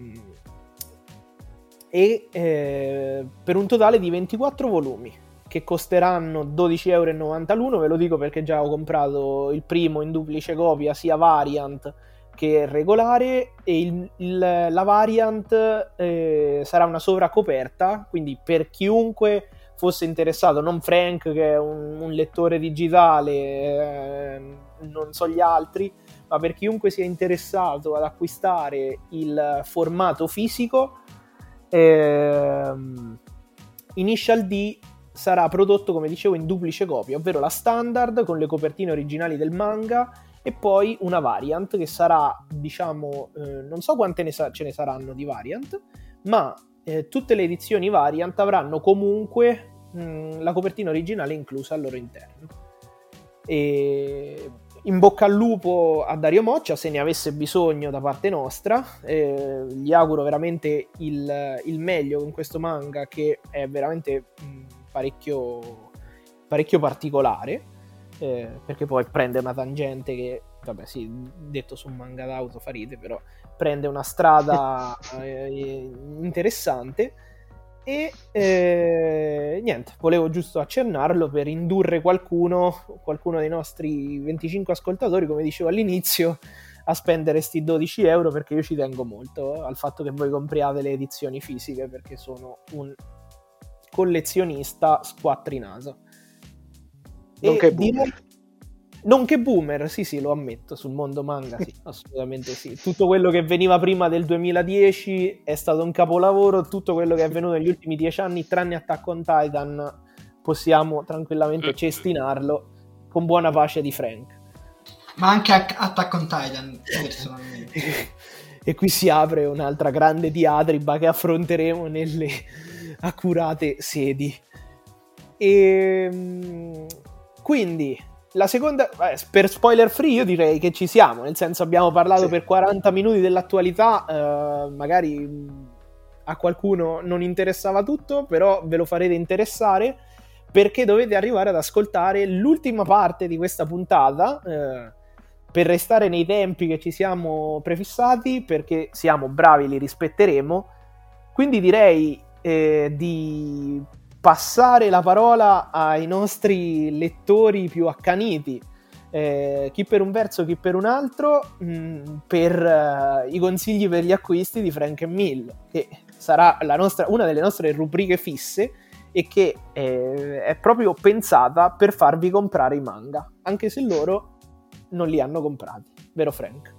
e eh, per un totale di ventiquattro volumi che costeranno dodici euro e novanta l'uno. Ve lo dico perché già ho comprato il primo in duplice copia, sia variant che regolare, e il, il, la variant eh, sarà una sovracoperta, quindi per chiunque fosse interessato, non Frank che è un, un lettore digitale, eh, non so gli altri, ma per chiunque sia interessato ad acquistare il formato fisico, eh, Initial D sarà prodotto, come dicevo, in duplice copia, ovvero la standard con le copertine originali del manga e poi una variant che sarà, diciamo, eh, non so quante ne sa- ce ne saranno di variant, ma eh, tutte le edizioni variant avranno comunque mh, la copertina originale inclusa al loro interno. E in bocca al lupo a Dario Moccia se ne avesse bisogno da parte nostra, eh, gli auguro veramente il, il meglio con questo manga che è veramente mh, parecchio, parecchio particolare. Eh, perché poi prende una tangente che, vabbè sì, detto su un manga d'auto fa ride, però prende una strada eh, interessante e eh, niente, volevo giusto accennarlo per indurre qualcuno, qualcuno dei nostri venticinque ascoltatori, come dicevo all'inizio, a spendere sti dodici euro, perché io ci tengo molto al fatto che voi compriate le edizioni fisiche, perché sono un collezionista squattrinaso. Non che boomer. Direi... Non che boomer, sì sì, lo ammetto, sul mondo manga sì, assolutamente sì. Tutto quello che veniva prima del duemiladieci è stato un capolavoro, tutto quello che è venuto negli ultimi dieci anni, tranne Attack on Titan, possiamo tranquillamente cestinarlo con buona pace di Frank. Ma anche Attack on Titan, personalmente. E qui si apre un'altra grande diatriba che affronteremo nelle accurate sedi. E... quindi la seconda, eh, per spoiler free io direi che ci siamo, nel senso abbiamo parlato sì. per quaranta minuti dell'attualità, eh, magari a qualcuno non interessava tutto, però ve lo farete interessare perché dovete arrivare ad ascoltare l'ultima parte di questa puntata, eh, per restare nei tempi che ci siamo prefissati, perché siamo bravi, li rispetteremo, quindi direi eh, di passare la parola ai nostri lettori più accaniti, eh, chi per un verso chi per un altro, mh, per uh, i consigli per gli acquisti di Frank e Mill, che sarà la nostra, una delle nostre rubriche fisse e che eh, è proprio pensata per farvi comprare i manga, anche se loro non li hanno comprati, vero Frank?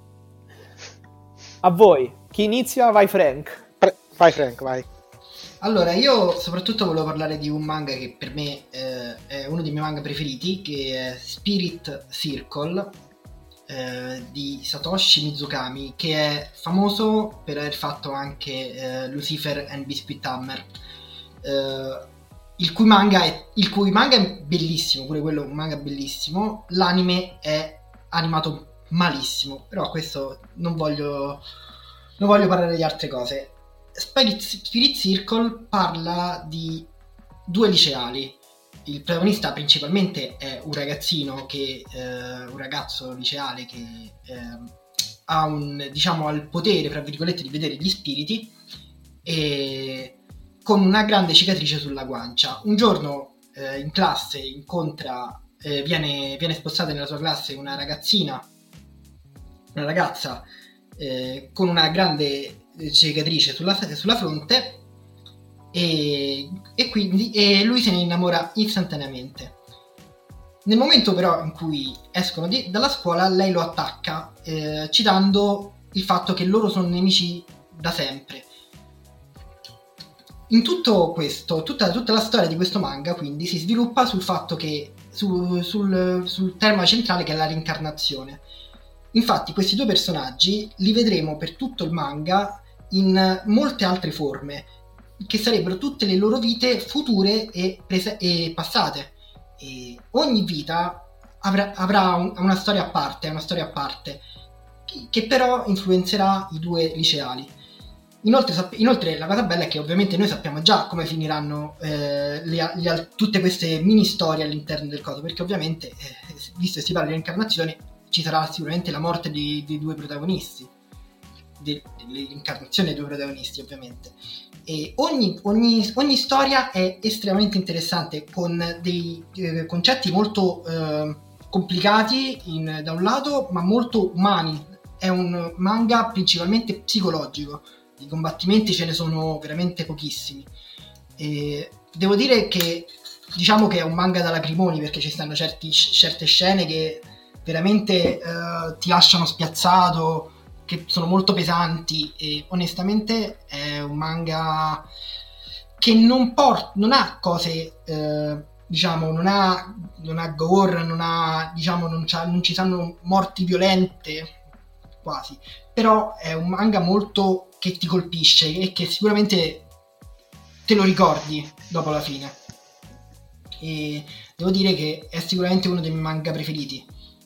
A voi, chi inizia? Vai Frank. Pre- vai Frank, vai. Allora, io soprattutto volevo parlare di un manga che per me eh, è uno dei miei manga preferiti, che è Spirit Circle eh, di Satoshi Mizukami, che è famoso per aver fatto anche eh, Lucifer and Biscuit Hammer, eh, il cui manga è il cui manga è bellissimo, pure quello è un manga bellissimo. L'anime è animato malissimo, però questo non voglio non voglio parlare di altre cose. Spirit, Spirit Circle parla di due liceali. Il protagonista principalmente è un ragazzino che eh, un ragazzo liceale che eh, ha un, diciamo, ha il potere, tra virgolette, di vedere gli spiriti, e con una grande cicatrice sulla guancia. Un giorno eh, in classe incontra eh, viene, viene spostata nella sua classe una ragazzina una ragazza eh, con una grande cicatrice sulla, sulla fronte, e, e quindi e lui se ne innamora istantaneamente. Nel momento però in cui escono di, dalla scuola, lei lo attacca eh, citando il fatto che loro sono nemici da sempre. In tutto questo, tutta, tutta la storia di questo manga quindi si sviluppa sul fatto che su, sul, sul tema centrale, che è la reincarnazione. Infatti questi due personaggi li vedremo per tutto il manga in molte altre forme, che sarebbero tutte le loro vite future e, prese- e passate. E ogni vita avrà, avrà un, una storia a parte, una storia a parte, che, che però influenzerà i due liceali. inoltre, sapp- inoltre la cosa bella è che ovviamente noi sappiamo già come finiranno eh, le, le, tutte queste mini storie all'interno del coso, perché ovviamente eh, visto che si parla di reincarnazione ci sarà sicuramente la morte dei, dei due protagonisti, de, dell'incarnazione dei due protagonisti ovviamente. E ogni, ogni, ogni storia è estremamente interessante, con dei eh, concetti molto eh, complicati in, da un lato, ma molto umani. È un manga principalmente psicologico, i combattimenti ce ne sono veramente pochissimi. E devo dire che diciamo che è un manga da lacrimoni, perché ci stanno certi, certe scene che veramente eh, ti lasciano spiazzato, che sono molto pesanti, e onestamente è un manga che non porta, non ha cose eh, diciamo, non ha non ha gore, non ha diciamo non, non ci sono morti violente quasi, però è un manga molto che ti colpisce e che sicuramente te lo ricordi dopo la fine, e devo dire che è sicuramente uno dei miei manga preferiti.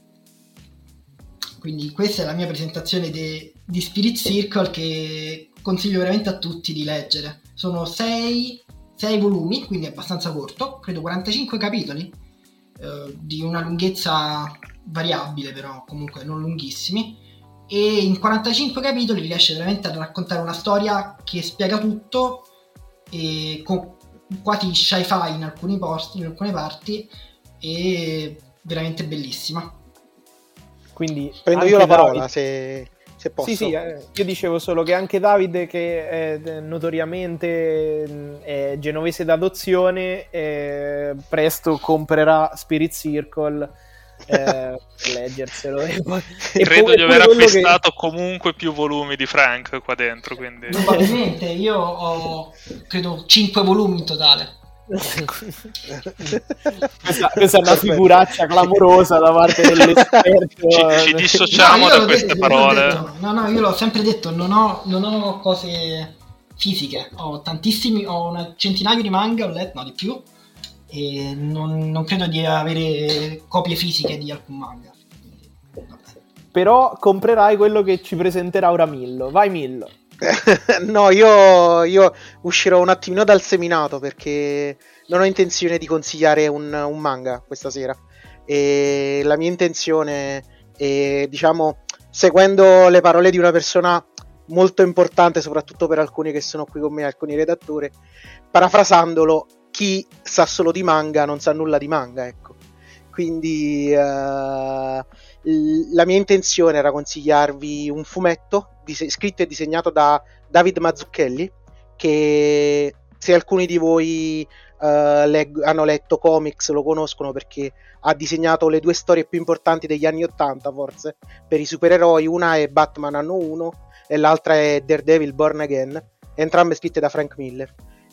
Quindi questa è la mia presentazione de, di Spirit Circle, che consiglio veramente a tutti di leggere. Sono sei volumi, quindi è abbastanza corto, credo quarantacinque capitoli, eh, di una lunghezza variabile, però comunque non lunghissimi, e in quarantacinque capitoli riesce veramente a raccontare una storia che spiega tutto, e con quasi sci-fi in alcuni posti, in alcune parti, e veramente bellissima. Quindi prendo io la parola, David, se, se posso. Sì, sì, eh, io dicevo solo che anche David, che è notoriamente è genovese d'adozione, eh, presto comprerà Spirit Circle, eh, leggerselo. E poi, e credo poi, di aver acquistato che... comunque più volumi di Frank qua dentro, quindi probabilmente io ho credo cinque volumi in totale. questa, questa è una figuraccia clamorosa da parte dell'esperto. Ci, ci dissociamo no, da queste detto, parole. Detto, no, no, io l'ho sempre detto, non ho, non ho cose fisiche, ho tantissimi, ho una centinaio di manga, ho letto, no di più, e non, non credo di avere copie fisiche di alcun manga. Quindi, però comprerai quello che ci presenterà ora Millo. Vai Millo. No, io, io uscirò un attimino dal seminato, perché non ho intenzione di consigliare un, un manga questa sera, e la mia intenzione è, diciamo, seguendo le parole di una persona molto importante, soprattutto per alcuni che sono qui con me, alcuni redattori, parafrasandolo: chi sa solo di manga non sa nulla di manga, ecco. Quindi uh, la mia intenzione era consigliarvi un fumetto dis- scritto e disegnato da David Mazzucchelli, che se alcuni di voi uh, leg- hanno letto comics lo conoscono, perché ha disegnato le due storie più importanti degli anni ottanta forse per i supereroi. Una è Batman anno uno e l'altra è Daredevil Born Again, entrambe scritte da Frank Miller.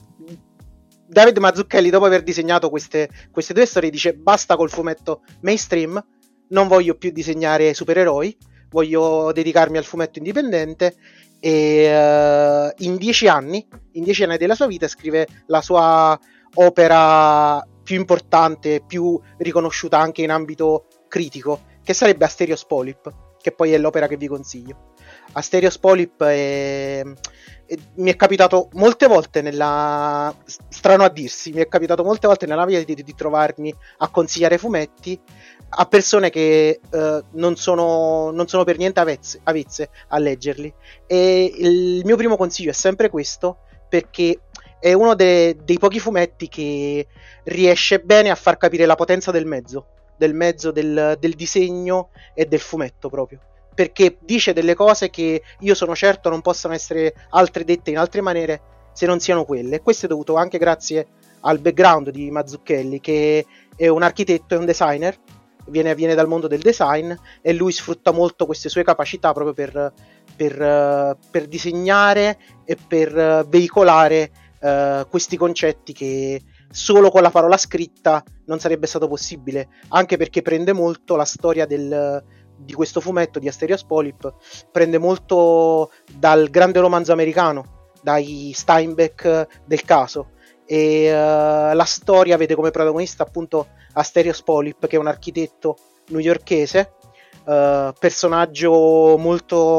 David Mazzucchelli, dopo aver disegnato queste, queste due storie, dice: basta col fumetto mainstream, non voglio più disegnare supereroi, voglio dedicarmi al fumetto indipendente. E uh, in dieci anni in dieci anni della sua vita scrive la sua opera più importante, più riconosciuta anche in ambito critico, che sarebbe Asterios Polyp, che poi è l'opera che vi consiglio. Asterios Polyp è... mi è capitato molte volte nella strano a dirsi mi è capitato molte volte nella vita di, di trovarmi a consigliare fumetti a persone che uh, non sono non sono per niente avezze, avezze a leggerli, e il mio primo consiglio è sempre questo, perché è uno de, dei pochi fumetti che riesce bene a far capire la potenza del mezzo del mezzo del, del disegno e del fumetto, proprio perché dice delle cose che io sono certo non possono essere altre dette in altre maniere se non siano quelle. E questo è dovuto anche grazie al background di Mazzucchelli, che è un architetto e un designer, viene, viene dal mondo del design, e lui sfrutta molto queste sue capacità proprio per, per, per disegnare e per veicolare uh, questi concetti che solo con la parola scritta non sarebbe stato possibile, anche perché prende molto la storia del di questo fumetto di Asterios Polyp, prende molto dal grande romanzo americano, dai Steinbeck del caso, e uh, la storia vede come protagonista appunto Asterios Polyp, che è un architetto newyorkese, uh, personaggio molto uh,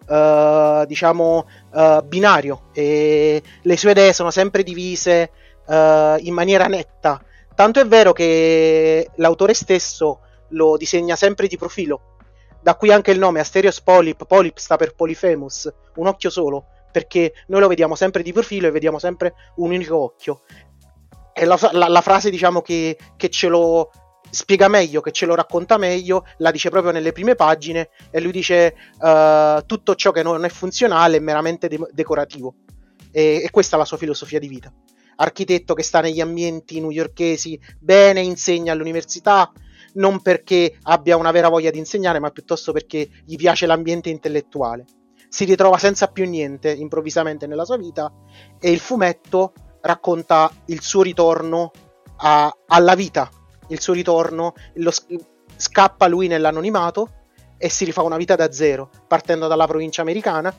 uh, diciamo uh, binario, e le sue idee sono sempre divise uh, in maniera netta, tanto è vero che l'autore stesso lo disegna sempre di profilo, da qui anche il nome Asterios Polyp. Polyp sta per Polyphemus, un occhio solo, perché noi lo vediamo sempre di profilo e vediamo sempre un unico occhio. E la, la, la frase, diciamo, che, che ce lo spiega meglio, che ce lo racconta meglio, la dice proprio nelle prime pagine, e lui dice uh, tutto ciò che non è funzionale è meramente de- decorativo, e, e questa è la sua filosofia di vita. Architetto che sta negli ambienti newyorkesi bene, insegna all'università, non perché abbia una vera voglia di insegnare, ma piuttosto perché gli piace l'ambiente intellettuale. Si ritrova senza più niente improvvisamente nella sua vita, e il fumetto racconta il suo ritorno a, alla vita, il suo ritorno, lo scappa lui nell'anonimato e si rifà una vita da zero, partendo dalla provincia americana,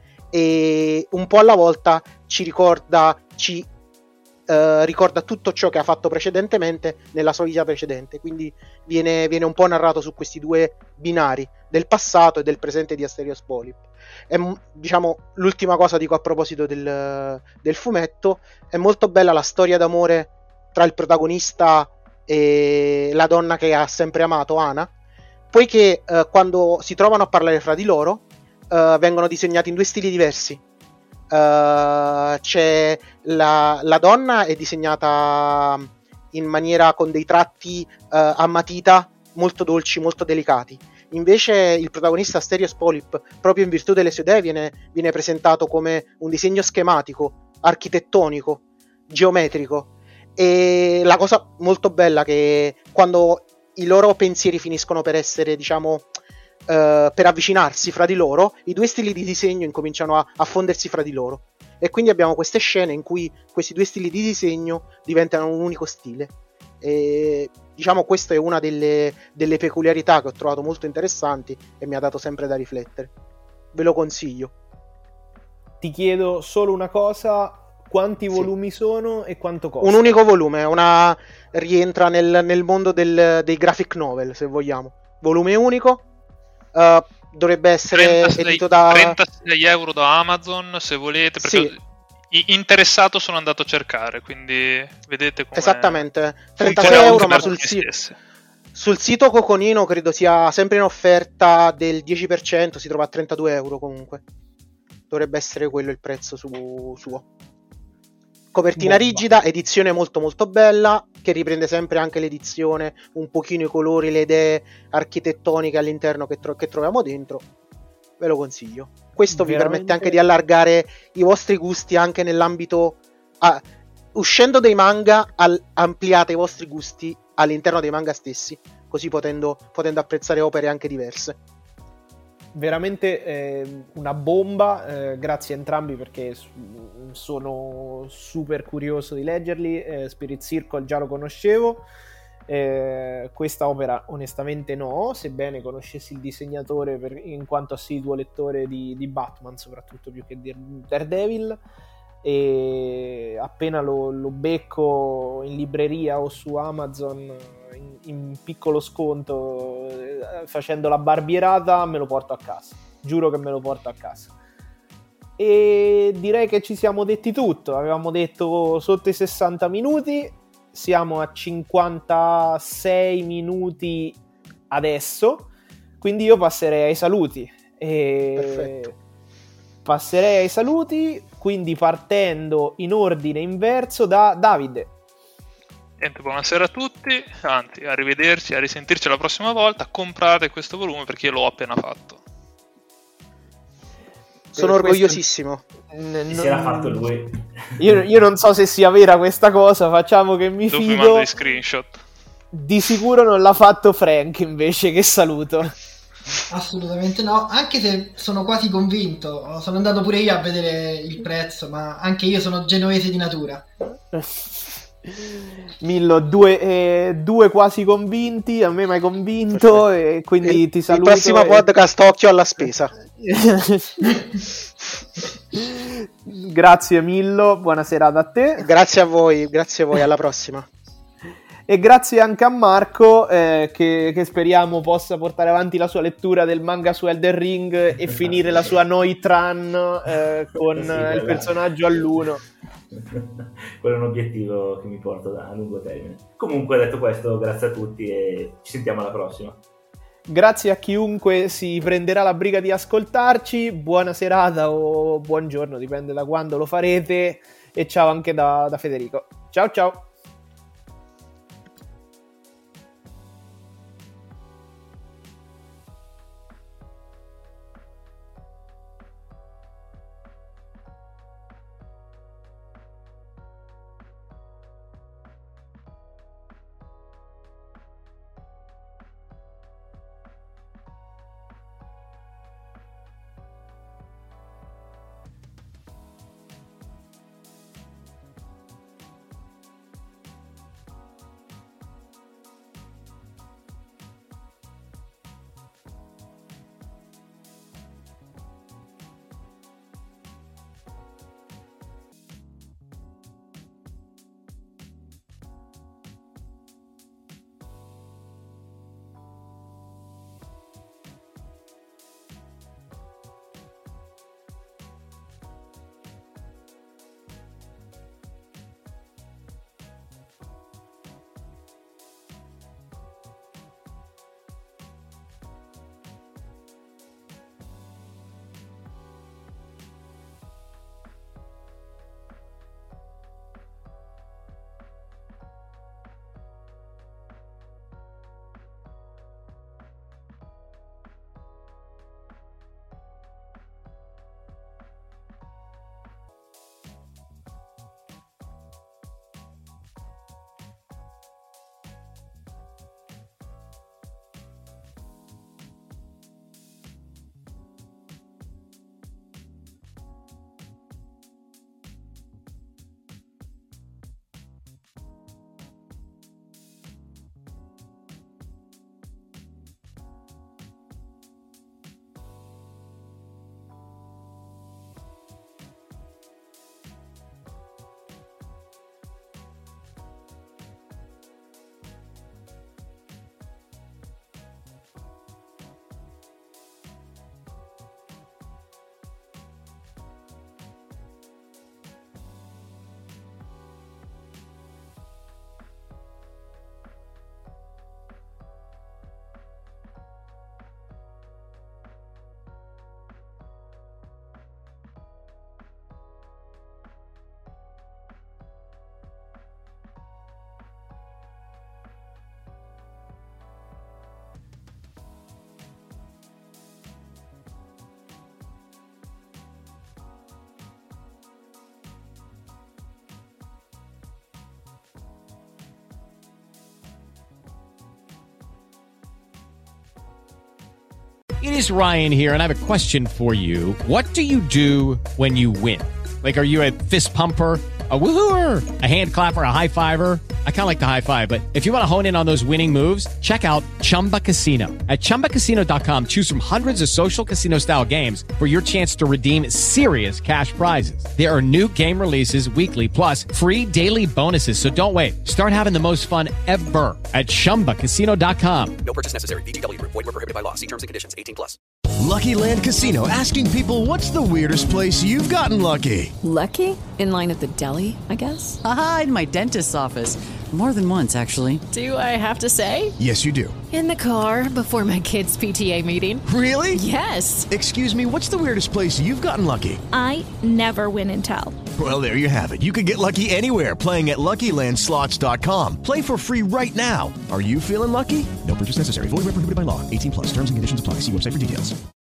e un po' alla volta ci ricorda, ci Uh, ricorda tutto ciò che ha fatto precedentemente nella sua vita precedente, quindi viene, viene un po' narrato su questi due binari del passato e del presente di Asterios Polyp. E, diciamo, l'ultima cosa dico a proposito del, del fumetto: è molto bella la storia d'amore tra il protagonista e la donna che ha sempre amato, Ana, poiché uh, quando si trovano a parlare fra di loro uh, vengono disegnati in due stili diversi. Uh, c'è la, la donna è disegnata in maniera con dei tratti uh, a matita molto dolci, molto delicati. Invece il protagonista Asterios Polyp, proprio in virtù delle sue idee, viene, viene presentato come un disegno schematico, architettonico, geometrico. E la cosa molto bella è che quando i loro pensieri finiscono per essere, diciamo, Uh, per avvicinarsi fra di loro, i due stili di disegno incominciano a, a fondersi fra di loro, e quindi abbiamo queste scene in cui questi due stili di disegno diventano un unico stile. E diciamo, questa è una delle, delle peculiarità che ho trovato molto interessanti e mi ha dato sempre da riflettere. Ve lo consiglio. Ti chiedo solo una cosa: quanti volumi sì. sono e quanto costa? Un unico volume, una rientra nel, nel mondo del, dei graphic novel, se vogliamo. Volume unico. Uh, dovrebbe essere trentasei, edito da trentasei euro da Amazon, se volete, perché sì. interessato sono andato a cercare, quindi vedete come esattamente trentasei euro, ma sul, si- sul sito Coconino credo sia sempre in offerta del dieci per cento, si trova a trentadue euro. Comunque dovrebbe essere quello il prezzo su- suo. Copertina Bomba. rigida, edizione molto molto bella, che riprende sempre anche l'edizione, un pochino i colori, le idee architettoniche all'interno che, tro- che troviamo dentro. Ve lo consiglio. Questo Veramente... vi permette anche di allargare i vostri gusti anche nell'ambito... Ah, uscendo dai manga, al- ampliate i vostri gusti all'interno dei manga stessi, così potendo, potendo apprezzare opere anche diverse. Veramente eh, una bomba, eh, grazie a entrambi, perché sono super curioso di leggerli. eh, Spirit Circle già lo conoscevo, eh, questa opera onestamente no, sebbene conoscessi il disegnatore per, in quanto assiduo lettore di, di Batman, soprattutto più che di Daredevil, e appena lo, lo becco in libreria o su Amazon in, in piccolo sconto, eh, facendo la barbierata, me lo porto a casa, giuro che me lo porto a casa. E direi che ci siamo detti tutto. Avevamo detto sotto i sessanta minuti, siamo a cinquantasei minuti adesso, quindi io passerei ai saluti. E... Perfetto. Passerei ai saluti, quindi partendo in ordine inverso da Davide. Niente, buonasera a tutti, anzi, arrivederci, a risentirci la prossima volta. Comprate questo volume perché io l'ho appena fatto. Sono per orgogliosissimo. Questo... Si era fatto lui. Io, io non so se sia vera questa cosa, facciamo che mi Dopo fido. mi mando gli screenshot. Di sicuro non l'ha fatto Frank, invece, che saluto. Assolutamente no, anche se sono quasi convinto, sono andato pure io a vedere il prezzo, ma anche io sono genovese di natura. Millo, due, eh, due quasi convinti, a me mi hai convinto. Perfetto. E quindi il, ti saluto. Il prossimo e... podcast occhio alla spesa. Grazie Millo, buona serata a te. Grazie a voi, grazie a voi, alla prossima. E grazie anche a Marco eh, che, che speriamo possa portare avanti la sua lettura del manga su Elden Ring e finire la sua Noitran eh, con sì, il personaggio all'uno. Quello è un obiettivo che mi porto da a lungo termine. Comunque, detto questo, grazie a tutti e ci sentiamo alla prossima. Grazie a chiunque si prenderà la briga di ascoltarci, buona serata o buongiorno, dipende da quando lo farete, e ciao anche da, da Federico. Ciao ciao! It is Ryan here, and I have a question for you. What do you do when you win? Like, are you a fist pumper, a woohooer, a hand clapper, a high fiver? I kind of like the high five, but if you want to hone in on those winning moves, check out Chumba Casino. At chumba casino dot com, choose from hundreds of social casino style games for your chance to redeem serious cash prizes. There are new game releases weekly, plus free daily bonuses. So don't wait. Start having the most fun ever at chumba casino dot com. No purchase necessary. V G W Group. Void where prohibited by law. See terms and conditions. eighteen plus. Lucky Land Casino, asking people, what's the weirdest place you've gotten lucky? Lucky? In line at the deli, I guess? Aha, in my dentist's office. More than once, actually. Do I have to say? Yes, you do. In the car before my kids' P T A meeting. Really? Yes. Excuse me, what's the weirdest place you've gotten lucky? I never win and tell. Well, there you have it. You can get lucky anywhere, playing at Lucky Land Slots dot com. Play for free right now. Are you feeling lucky? No purchase necessary. Void where prohibited by law. eighteen plus. Terms and conditions apply. See website for details.